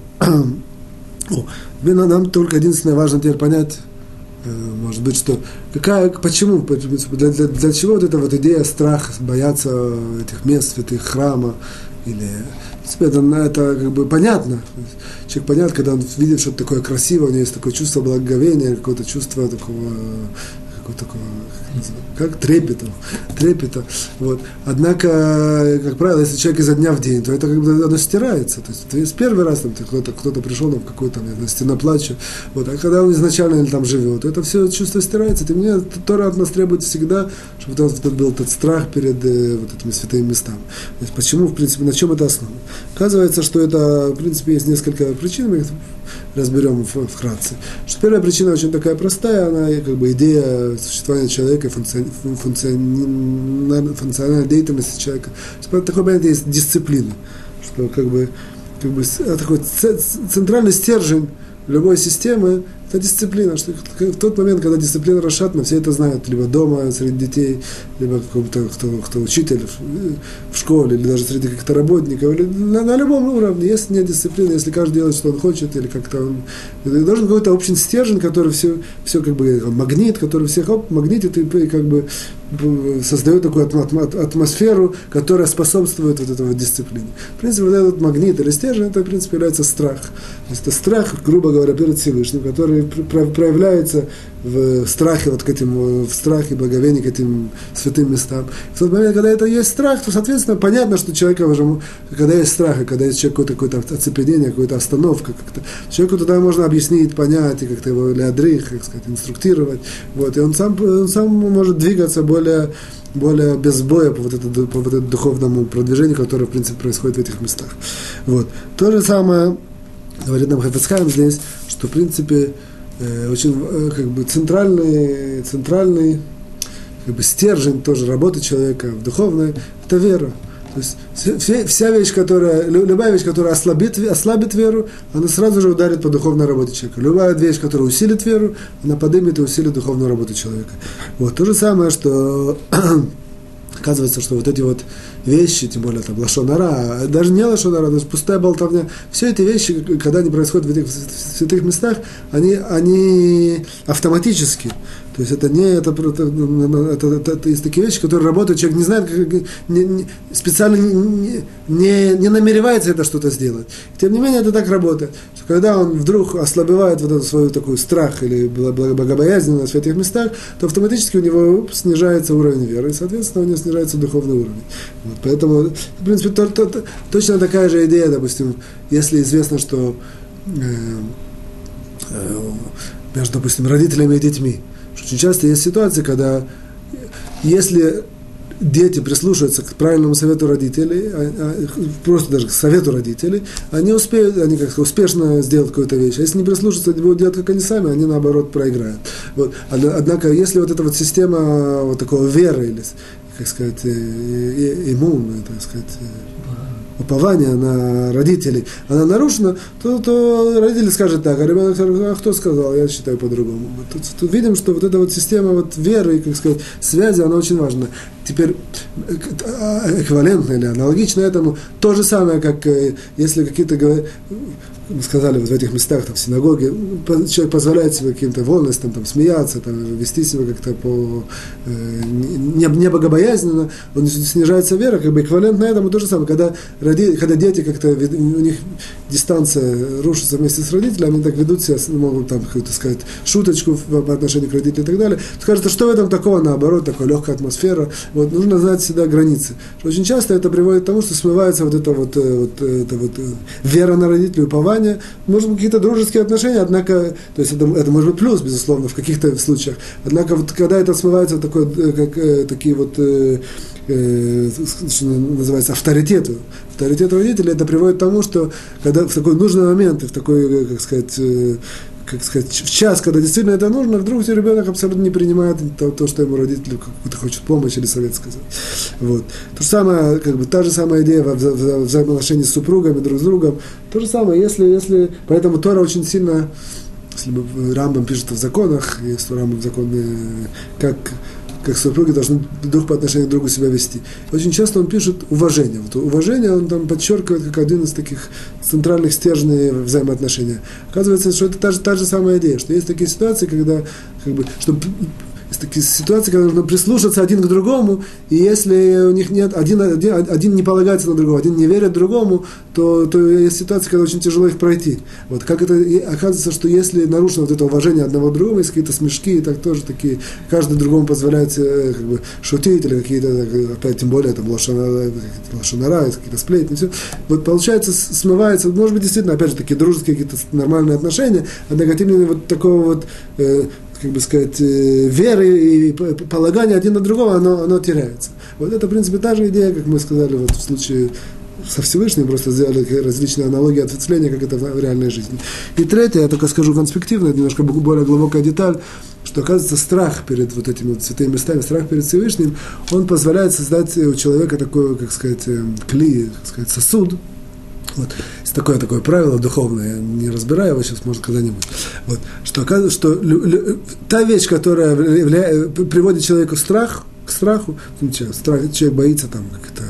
Speaker 1: нам только единственное важно теперь понять, может быть, что почему, для чего вот эта вот идея, страх, бояться этих мест, святых храма, или это как бы понятно. Человек понятно, когда он видит что-то такое красивое, у него есть такое чувство благоговения, какое-то чувство такого как трепета. Вот. Однако, как правило, если человек изо дня в день, то это как бы оно стирается. То есть первый раз там, кто-то пришел там, в какую-то стеноплачу, вот, а когда он изначально там живет, то это все чувство стирается. Тем не менее, Тора от нас требует всегда, чтобы вот был этот страх перед вот этими святыми местами. То есть почему, в принципе, на чем это основано? Оказывается, что это, в принципе, есть несколько причин, мы их разберем вкратце. Что первая причина очень такая простая, она как бы идея существования человека, функциональной деятельности человека. Такое понятие есть дисциплина, что как бы такой центральный стержень любой системы – это дисциплина, что в тот момент, когда дисциплина расшатана, все это знают, либо дома, среди детей, либо кто учитель в школе, или даже среди каких-то работников, или на любом уровне. Если нет дисциплины, если каждый делает, что он хочет, или как-то он... Должен какой-то общий стержень, который все как бы магнит, который всех магнитит и как бы создает такую атмосферу, которая способствует вот этой вот дисциплине. В принципе, вот этот магнит или стержень, это, в принципе, является страх. То есть это страх, грубо говоря, перед Всевышним, который проявляется в страхе, вот к этим, в страхе, благовении к этим святым местам. В тот момент, когда это есть страх, то, соответственно, понятно, что человека уже, когда есть страх, и когда есть какое-то оцепенение, какая-то остановка, как-то, человеку тогда можно объяснить, понять, и как-то его леадрих, как сказать, инструктировать, вот, и он сам может двигаться более без боя по вот этому духовному продвижению, которое, в принципе, происходит в этих местах. Вот. То же самое говорит нам Хафец Хаим здесь, что, в принципе, очень как бы центральный как бы стержень тоже работы человека в духовной – это вера. То есть вся вещь, любая вещь, которая ослабит веру, она сразу же ударит по духовной работе человека. Любая вещь, которая усилит веру, она поднимет и усилит духовную работу человека. Вот. То же самое, что оказывается, что вот эти вот вещи, тем более там лашон ара, даже не лашон ара, даже пустая болтовня, все эти вещи, когда они происходят в этих святых местах, они автоматически. То есть это есть такие вещи, которые работают, человек не знает, специально не намеревается это что-то сделать. Тем не менее, это так работает. Что когда он вдруг ослабевает вот этот свой такой страх или богобоязненность в святых местах, то автоматически у него снижается уровень веры, и, соответственно, у него снижается духовный уровень. Вот, поэтому, в принципе, точно такая же идея, допустим, если известно, что между, допустим, родителями и детьми, очень часто есть ситуации, когда если дети прислушиваются к правильному совету родителей, просто даже к совету родителей, они как успешно сделают какую-то вещь. А если не прислушиваются, они будут делать, как они сами, они, наоборот, проиграют. Вот. Однако, если вот эта вот система вот такого веры, или, как сказать, иммун, так сказать, упование на родителей, она нарушена, то родители скажут так, а ребенок скажет, а кто сказал, я считаю по-другому. Тут видим, что вот эта вот система вот веры, как сказать, связи, она очень важна. теперь эквивалентно или аналогично этому, то же самое, как если какие-то, мы сказали, вот в этих местах, там, в синагоге, человек позволяет себе каким-то вольностям, там, смеяться, там, вести себя как-то не богобоязненно, он снижается вера, как бы эквивалентно этому то же самое. Когда дети как-то, у них дистанция рушится вместе с родителями, они так ведут себя, могут там какую-то сказать шуточку по отношению к родителям и так далее, то кажется, что в этом такого, наоборот, такая легкая атмосфера. Вот, нужно знать всегда границы. Очень часто это приводит к тому, что смывается вот эта вера на родителей, упование. Может быть, какие-то дружеские отношения, однако, то есть это может быть плюс, безусловно, в каких-то случаях. Однако, вот, когда это смывается в такие вот, что называется, авторитет родителей, это приводит к тому, что когда в такой нужный момент, в такой, как сказать, в час, когда действительно это нужно, вдруг ребенок абсолютно не принимает то, что ему родитель какую-то хочет помощь или совет сказать. Вот. То же самое, как бы, та же самая идея во взаимоотношении с супругами, друг с другом. То же самое, если поэтому Тора очень сильно, если бы Рамбам пишет в законах, есть у Рамбам законы, как супруги должны друг по отношению к другу себя вести. Очень часто он пишет уважение. Вот уважение он там подчеркивает как один из таких центральных стержней взаимоотношения. Оказывается, что это та же самая идея, что есть такие ситуации, когда, как бы, чтобы есть такие ситуации, когда нужно прислушаться один к другому, и если у них нет, один не полагается на другого, один не верит другому, то есть ситуации, когда очень тяжело их пройти. Вот как это, и оказывается, что если нарушено вот это уважение одного к другому, есть какие-то смешки, и так тоже такие, каждый другому позволяет как бы шутить, или какие-то, опять, тем более, там, лошонара, какие-то сплетни, все. Вот получается, смывается, может быть, действительно, опять же, такие дружеские, какие-то нормальные отношения, однако именно вот такого вот, как бы сказать, веры и полагания один на другого, оно теряется. Вот это, в принципе, та же идея, как мы сказали, вот в случае со Всевышним, просто сделали различные аналогии ответвления, как это в реальной жизни. И третье, я только скажу конспективно, немножко более глубокая деталь, что, оказывается, страх перед вот этими вот святыми местами, страх перед Всевышним, он позволяет создать у человека такой, как сказать, клей, как сказать, сосуд. Вот. Есть такое правило духовное, я не разбираю его сейчас, может, когда-нибудь. Вот. Что оказывается, что та вещь, которая приводит человека к страху, человек боится там как-то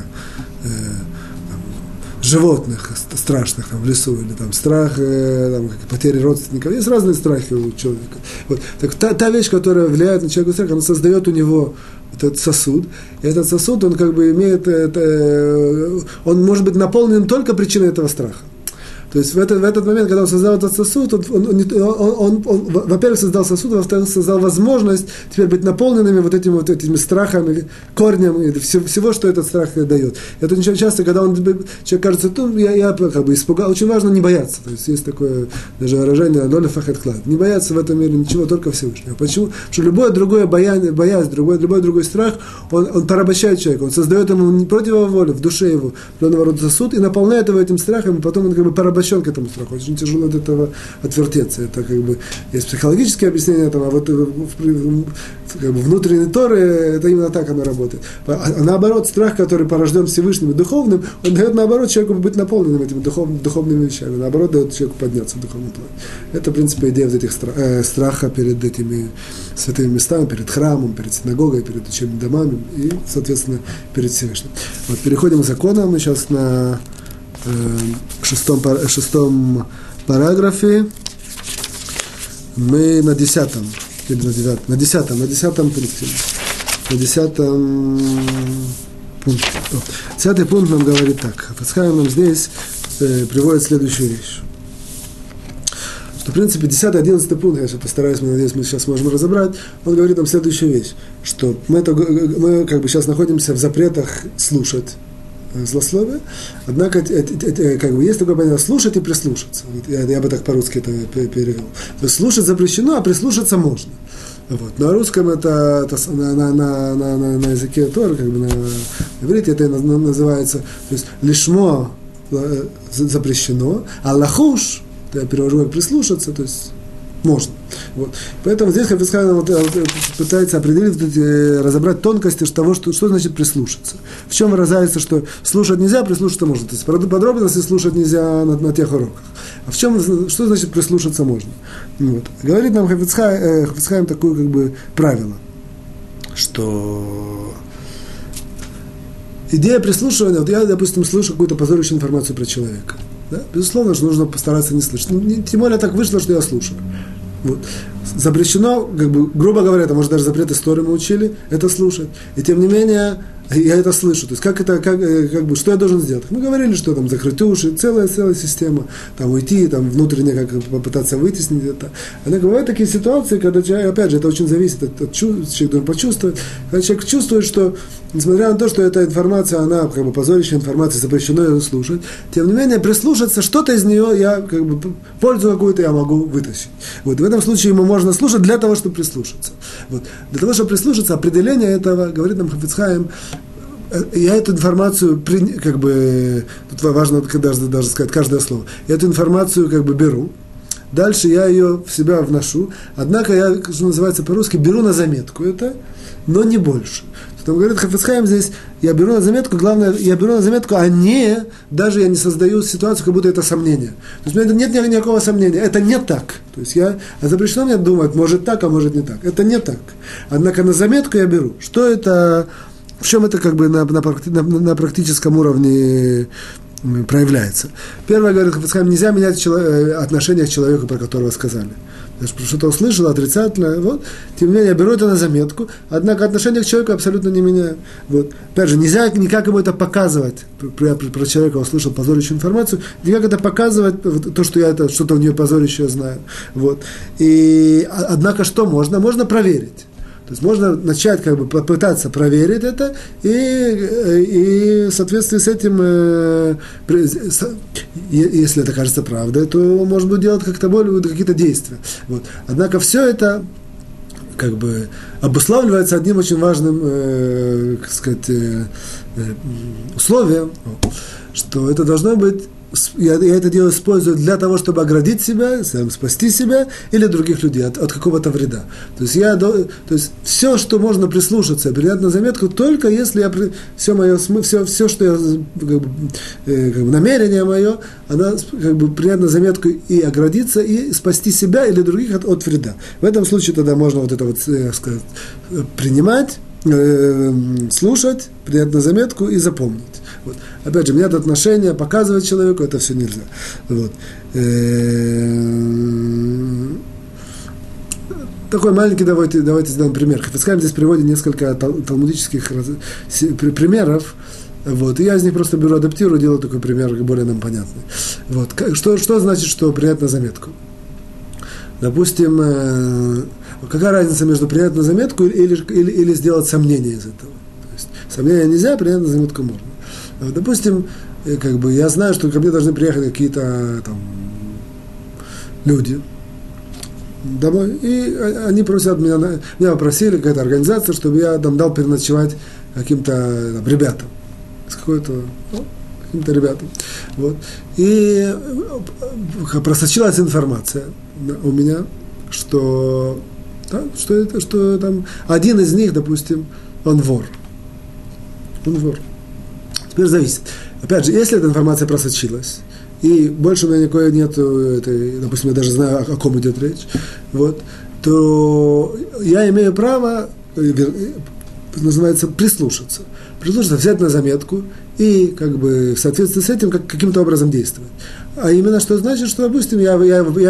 Speaker 1: животных страшных там, в лесу, или там страх там, потери родственников. Есть разные страхи у человека. Вот. Так, та вещь, которая влияет на человека страх, она создает у него этот сосуд. И этот сосуд, он как бы имеет, он может быть наполнен только причиной этого страха. То есть в этот момент, когда он создал этот сосуд, он во-первых, создал сосуд, во-вторых, создал возможность теперь быть наполненными вот этими страхами, корнем, всего, что этот страх дает. Это очень часто, когда человек кажется, я как бы испугал, очень важно не бояться. То есть есть такое даже выражение «ло лефахед клад». Не бояться в этом мире ничего, только Всевышнего. Почему? Потому что любое другое боязнь, любой другой страх, он порабощает человека, он создает ему не против его воли, в душе его определенного рода сосуд и наполняет его этим страхом, и потом он как бы порабощает к этому страху. Очень тяжело от этого отвертеться. Это как бы есть психологические объяснения, там, а вот как бы внутренней Торы, это именно так оно работает. А наоборот, страх, который порожден Всевышним и духовным, он дает, наоборот, человеку быть наполненным этими духовными вещами. Наоборот, дает человеку подняться в духовный план. Это, в принципе, идея вот этих страха перед этими святыми местами, перед храмом, перед синагогой, перед учебными домами и, соответственно, перед Всевышним. Вот, переходим к законам. Мы сейчас на шестом параграфе, мы на 10-м, или на 9-м, на 10-м пункте. На 10-м пункте. 10-й пункт нам говорит так. Хафец-Хаим нам здесь приводит следующую вещь. Что, в принципе, 10-11 пункт, я сейчас постараюсь, надеюсь, мы сейчас сможем разобрать, он говорит нам следующую вещь, что мы как бы сейчас находимся в запретах слушать злословие, однако как бы есть такое понятие слушать и прислушаться. Я бы так по-русски это перевел. То есть слушать запрещено, а прислушаться можно. Вот. На русском это на языке Торы, как бы на иврите это называется, то есть лишмо запрещено, а лахуш, я перевожу как прислушаться, то есть можно. Вот. Поэтому здесь Хафец-Хаим пытается определить, разобрать тонкости того, что значит прислушаться. В чем выражается, что слушать нельзя, прислушаться можно. То есть подробности слушать нельзя на тех уроках. А в чем, что значит прислушаться можно? Вот. Говорит нам Хафец-Хаим такое как бы правило, что идея прислушивания, вот я, допустим, слышу какую-то позорящую информацию про человека. Да? Безусловно, что нужно постараться не слышать. Тем более так вышло, что я слушаю. Вот. Запрещено, как бы, грубо говоря, это, может, даже запрет истории мы учили, это слушать. И тем не менее, я это слышу. То есть, как бы, что я должен сделать? Мы говорили, что там закрыть уши, целая система, там уйти, там внутренне как попытаться вытеснить это. Однако бывают такие ситуации, когда человек, опять же, это очень зависит от человека, должен почувствовать. Когда человек чувствует, что, несмотря на то, что эта информация, она как бы позорящая информация, запрещено ее слушать, тем не менее, прислушаться, что-то из нее я, как бы, пользу какую-то я могу вытащить. Вот. В этом случае ему можно слушать для того, чтобы прислушаться. Вот. Для того, чтобы прислушаться, определение этого, говорит нам Хафец Хаим, я эту информацию, как бы, тут важно даже сказать каждое слово, я эту информацию как бы беру, дальше я ее в себя вношу, однако я, что называется по-русски, беру на заметку это, но не больше. Там говорит Хафец Хаим здесь, я беру на заметку, главное, я беру на заметку, а не, даже я не создаю ситуацию, как будто это сомнение. То есть у меня нет никакого сомнения, это не так. То есть запрещено мне думать, может так, а может не так. Это не так. Однако на заметку я беру. Что это, в чем это как бы на практическом уровне проявляется? Первое, говорит Хафец Хаим, нельзя менять отношение к человеку, про которого сказали. Что-то услышал отрицательно, вот. Тем не менее, я беру это на заметку, однако отношение к человеку абсолютно не меняю. Вот. Опять же, нельзя никак ему это показывать. Я про человека услышал позорящую информацию, никак это показывать, то, что я это что-то у нее позорящее знаю. Вот. Однако что можно? Можно проверить. То есть можно начать как бы попытаться проверить это, и в соответствии с этим, если это кажется правдой, то может быть делать какие-то действия. Вот. Однако все это как бы обуславливается одним очень важным, как сказать, условием, что это должно быть. Я это делаю, использую для того, чтобы оградить себя, спасти себя или других людей от какого-то вреда. То есть все, что можно прислушаться, принять на заметку, только если все, что я, как бы, намерение мое, она как бы принять на заметку и оградиться, и спасти себя или других от вреда. В этом случае тогда можно вот это вот, сказать, принимать, слушать, принять на заметку и запомнить. Вот. Опять же, менять отношения, показывать человеку, это все нельзя. Вот. Такой маленький, давайте сделаем пример. Хафец Хаим здесь приводит несколько талмудических примеров. Вот. И я из них просто беру, адаптирую, делаю такой пример, более нам понятный. Вот. Что значит, что принять на заметку? Допустим, какая разница между принять на заметку или сделать сомнение из этого? То есть, сомнения нельзя, принять на заметку можно. Допустим, как бы я знаю, что ко мне должны приехать какие-то там люди домой, и они просят меня попросили, какая-то организация, чтобы я там дал переночевать каким-то там ребятам, каким-то ребятам. Вот. И просочилась информация у меня, что там один из них, допустим, он вор. Теперь зависит. Опять же, если эта информация просочилась, и больше у меня никакой нету, допустим, я даже знаю, о ком идет речь, вот, то я имею право, называется, прислушаться, взять на заметку и как бы в соответствии с этим каким-то образом действовать. А именно что значит, что, допустим, я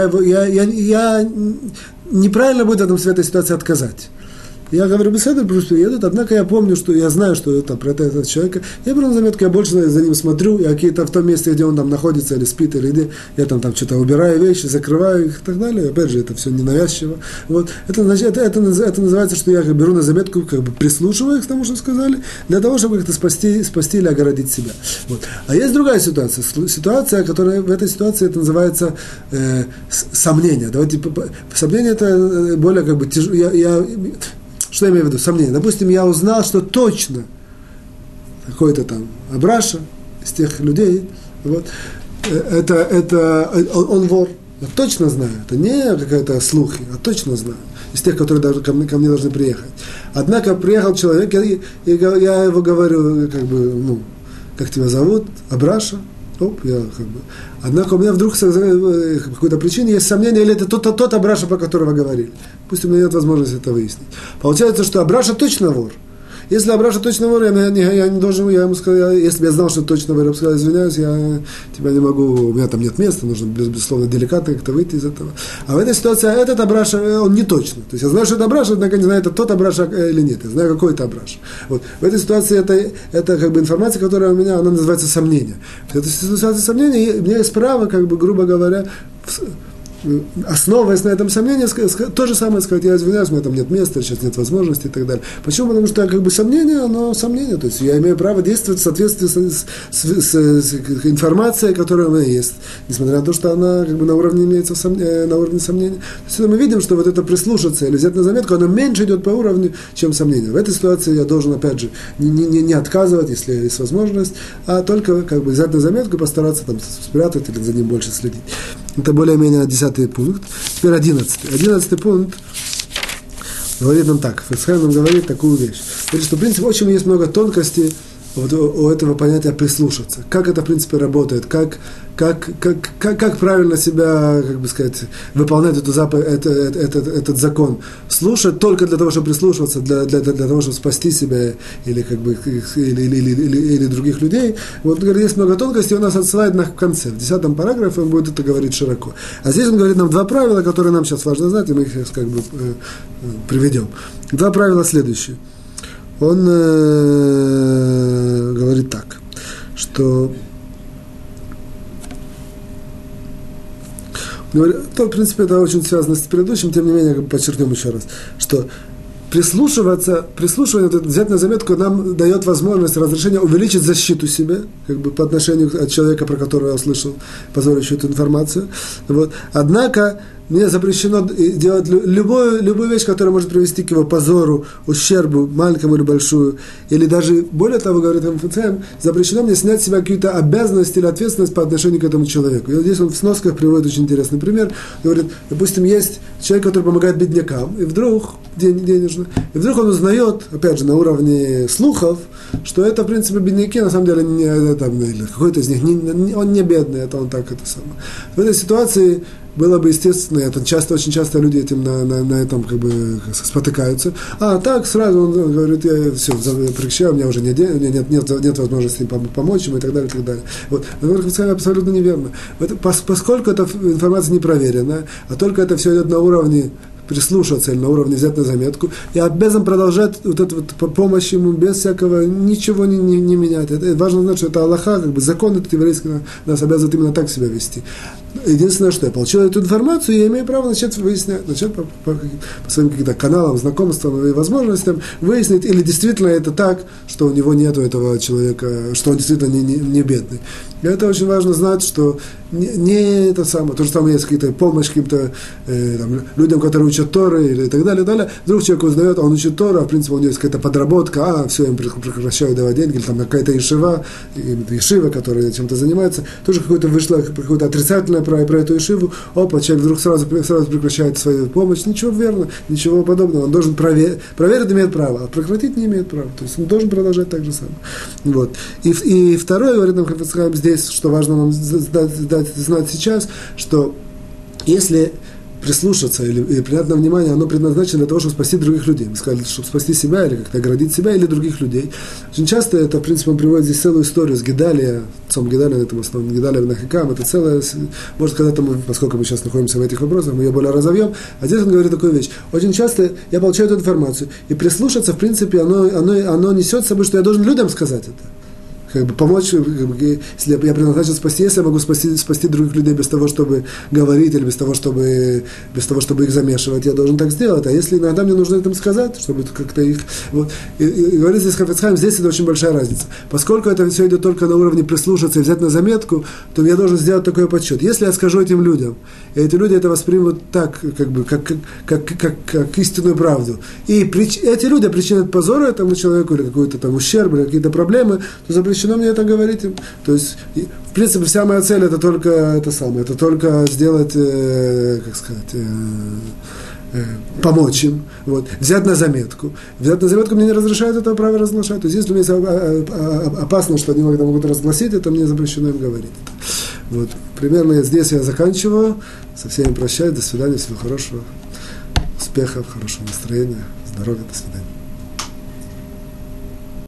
Speaker 1: неправильно будет в этой ситуации отказать. Я говорю, беседы просто едут, однако я помню, что я знаю, что это про этого человека. Я беру на заметку, я больше за ним смотрю, я какие-то в том месте, где он там находится, или спит, или где, я там что-то убираю вещи, закрываю их и так далее. Опять же, это все ненавязчиво. Вот. Это называется, что я беру на заметку, как бы прислушиваюсь к тому, что сказали, для того, чтобы как-то спасти или оградить себя. Вот. А есть другая ситуация. Ситуация, которая в этой ситуации это называется сомнение. Давайте, сомнение это более как бы тяжело. Что я имею в виду? Сомнение. Допустим, я узнал, что точно какой-то там Абраша из тех людей, вот, он вор. Я точно знаю. Это не какие-то слухи, а точно знаю. Из тех, которые даже ко мне должны приехать. Однако приехал человек, я его говорю, как бы, как тебя зовут? Абраша? Однако у меня вдруг по какой-то причине есть сомнение, или это тот Абраша, про которого говорили. Пусть у меня нет возможности это выяснить. Получается, что Абраша точно вор. Если Абраша точно вор, я не должен, я ему сказал, если бы я знал, что точно вор, я бы сказал, извиняюсь, я тебя не могу, у меня там нет места, нужно, безусловно, деликатно как-то выйти из этого. А в этой ситуации этот Абраша, он не точно. То есть я знаю, что это Абраша, однако не знаю, это тот Абраша или нет. Я знаю, какой это Абраша. Вот. В этой ситуации это как бы информация, которая у меня, она называется сомнение. В этой ситуации сомнения, у меня есть право, как бы, грубо говоря, основываясь на этом сомнении, то же самое сказать, я извиняюсь, у меня там нет места, сейчас нет возможности и так далее. Почему? Потому что как бы сомнение, оно сомнение, то есть я имею право действовать в соответствии с информацией, которая у меня есть, несмотря на то, что она как бы на уровне имеется на уровне сомнения. То есть мы видим, что вот это прислушаться или взять на заметку, оно меньше идет по уровню, чем сомнение. В этой ситуации я должен, опять же, не отказывать, если есть возможность, а только как бы взять на заметку и постараться там спрятать или за ним больше следить. Это более-менее 10-й пункт. Теперь 11-й. 11-й пункт говорит нам так. Хафец-Хаим нам говорит такую вещь. Говорит, что, в принципе, очень есть много тонкостей вот у этого понятия прислушаться. Как это, в принципе, работает, как правильно себя, как бы сказать, выполнять этот закон. Слушать только для того, чтобы прислушиваться, для того, чтобы спасти себя или, как бы, или других людей. Вот, говорит, есть много тонкостей, он нас отсылает в конце. В 10-м параграфе он будет это говорить широко. А здесь он говорит нам два правила, которые нам сейчас важно знать, и мы их сейчас как бы приведем. Два правила следующие. Он говорит так, что то, в принципе, это очень связано с предыдущим, тем не менее, подчеркнем еще раз, что прислушивание, взять на заметку, нам дает возможность, разрешение увеличить защиту себе, как бы по отношению от человека, про которого я услышал позорящую эту информацию. Вот. Однако мне запрещено делать любую вещь, которая может привести к его позору, ущербу, маленькому или большую. Или даже, более того, говорит Хафец-Хаим, запрещено мне снять с себя какие-то обязанности или ответственность по отношению к этому человеку. И вот здесь он в сносках приводит очень интересный пример. Говорит, допустим, есть человек, который помогает беднякам, и вдруг, денежно, и вдруг он узнает, опять же, на уровне слухов, что это, в принципе, бедняки, на самом деле, какой-то из них, он не бедный, это он так, это самое. В этой ситуации было бы естественно, это очень часто люди этим на этом как бы спотыкаются. А так сразу он говорит, я все, прекращаю, у меня уже нет возможности им помочь ему и так далее, и так далее. Вот. Но это абсолютно неверно. Поскольку эта информация не проверена, а только это все идет на уровне прислушаться или на уровне взять на заметку, я обязан продолжать вот эту вот помощь ему без всякого, ничего не менять. Это важно знать, что это Аллаха, как бы закон этот еврейский нас обязывает именно так себя вести. Единственное, что я получил эту информацию, я имею право начать выяснять, по своим каким-то каналам, знакомствам и возможностям выяснить, или действительно это так, что у него нет этого человека, что он действительно не бедный. И это очень важно знать, что не это самое, то же самое есть какая-то помощь каким-то людям, которые учат Торы или так далее, и так далее. Вдруг человек узнает, он учит Тору, а в принципе у него есть какая-то подработка, все, им прекращают давать деньги, или там какая-то ешива, которая чем-то занимается, тоже какое-то отрицательное про эту ешиву, человек вдруг сразу прекращает свою помощь, ничего верно, ничего подобного, он должен проверить, имеет право, а прекратить не имеет права, то есть он должен продолжать так же самое. Вот. И второе, говорит нам Хафец-Хаим здесь, что важно нам знать сейчас, что если прислушаться или принять на внимание, оно предназначено для того, чтобы спасти других людей. Мы сказали, чтобы спасти себя или как-то оградить себя или других людей. Очень часто это, в принципе, он приводит здесь целую историю с Гедалия, отцом Гедалия, на этом основном Гедалия бен Ахикам. Это целая, может, когда-то мы, поскольку мы сейчас находимся в этих вопросах, мы ее более разовьем. А здесь он говорит такую вещь. Очень часто я получаю эту информацию, и прислушаться, в принципе, оно несет с собой, что я должен людям сказать это. Как бы помочь, если я предназначен спасти, если я могу спасти других людей без того, чтобы говорить, или без того, чтобы их замешивать, я должен так сделать. А если иногда мне нужно это сказать, чтобы как-то их... Вот. И говорит здесь Хафец-Хаим, здесь это очень большая разница. Поскольку это все идет только на уровне прислушаться и взять на заметку, то я должен сделать такой подсчет. Если я скажу этим людям, и эти люди это воспримут так, как истинную правду, и эти люди причинят позор этому человеку, или какой-то там ущерб, или какие-то проблемы, то запрещено мне это говорить им. То есть, в принципе, вся моя цель это только сделать, помочь им, вот, взять на заметку. Взять на заметку мне не разрешают этого права разглашать. То есть, если у меня есть опасность, что они могут разгласить, это мне запрещено им говорить. Вот. Примерно здесь я заканчиваю. Со всеми прощаюсь. До свидания. Всего хорошего. Успехов, хорошего настроения. Здоровья. До свидания.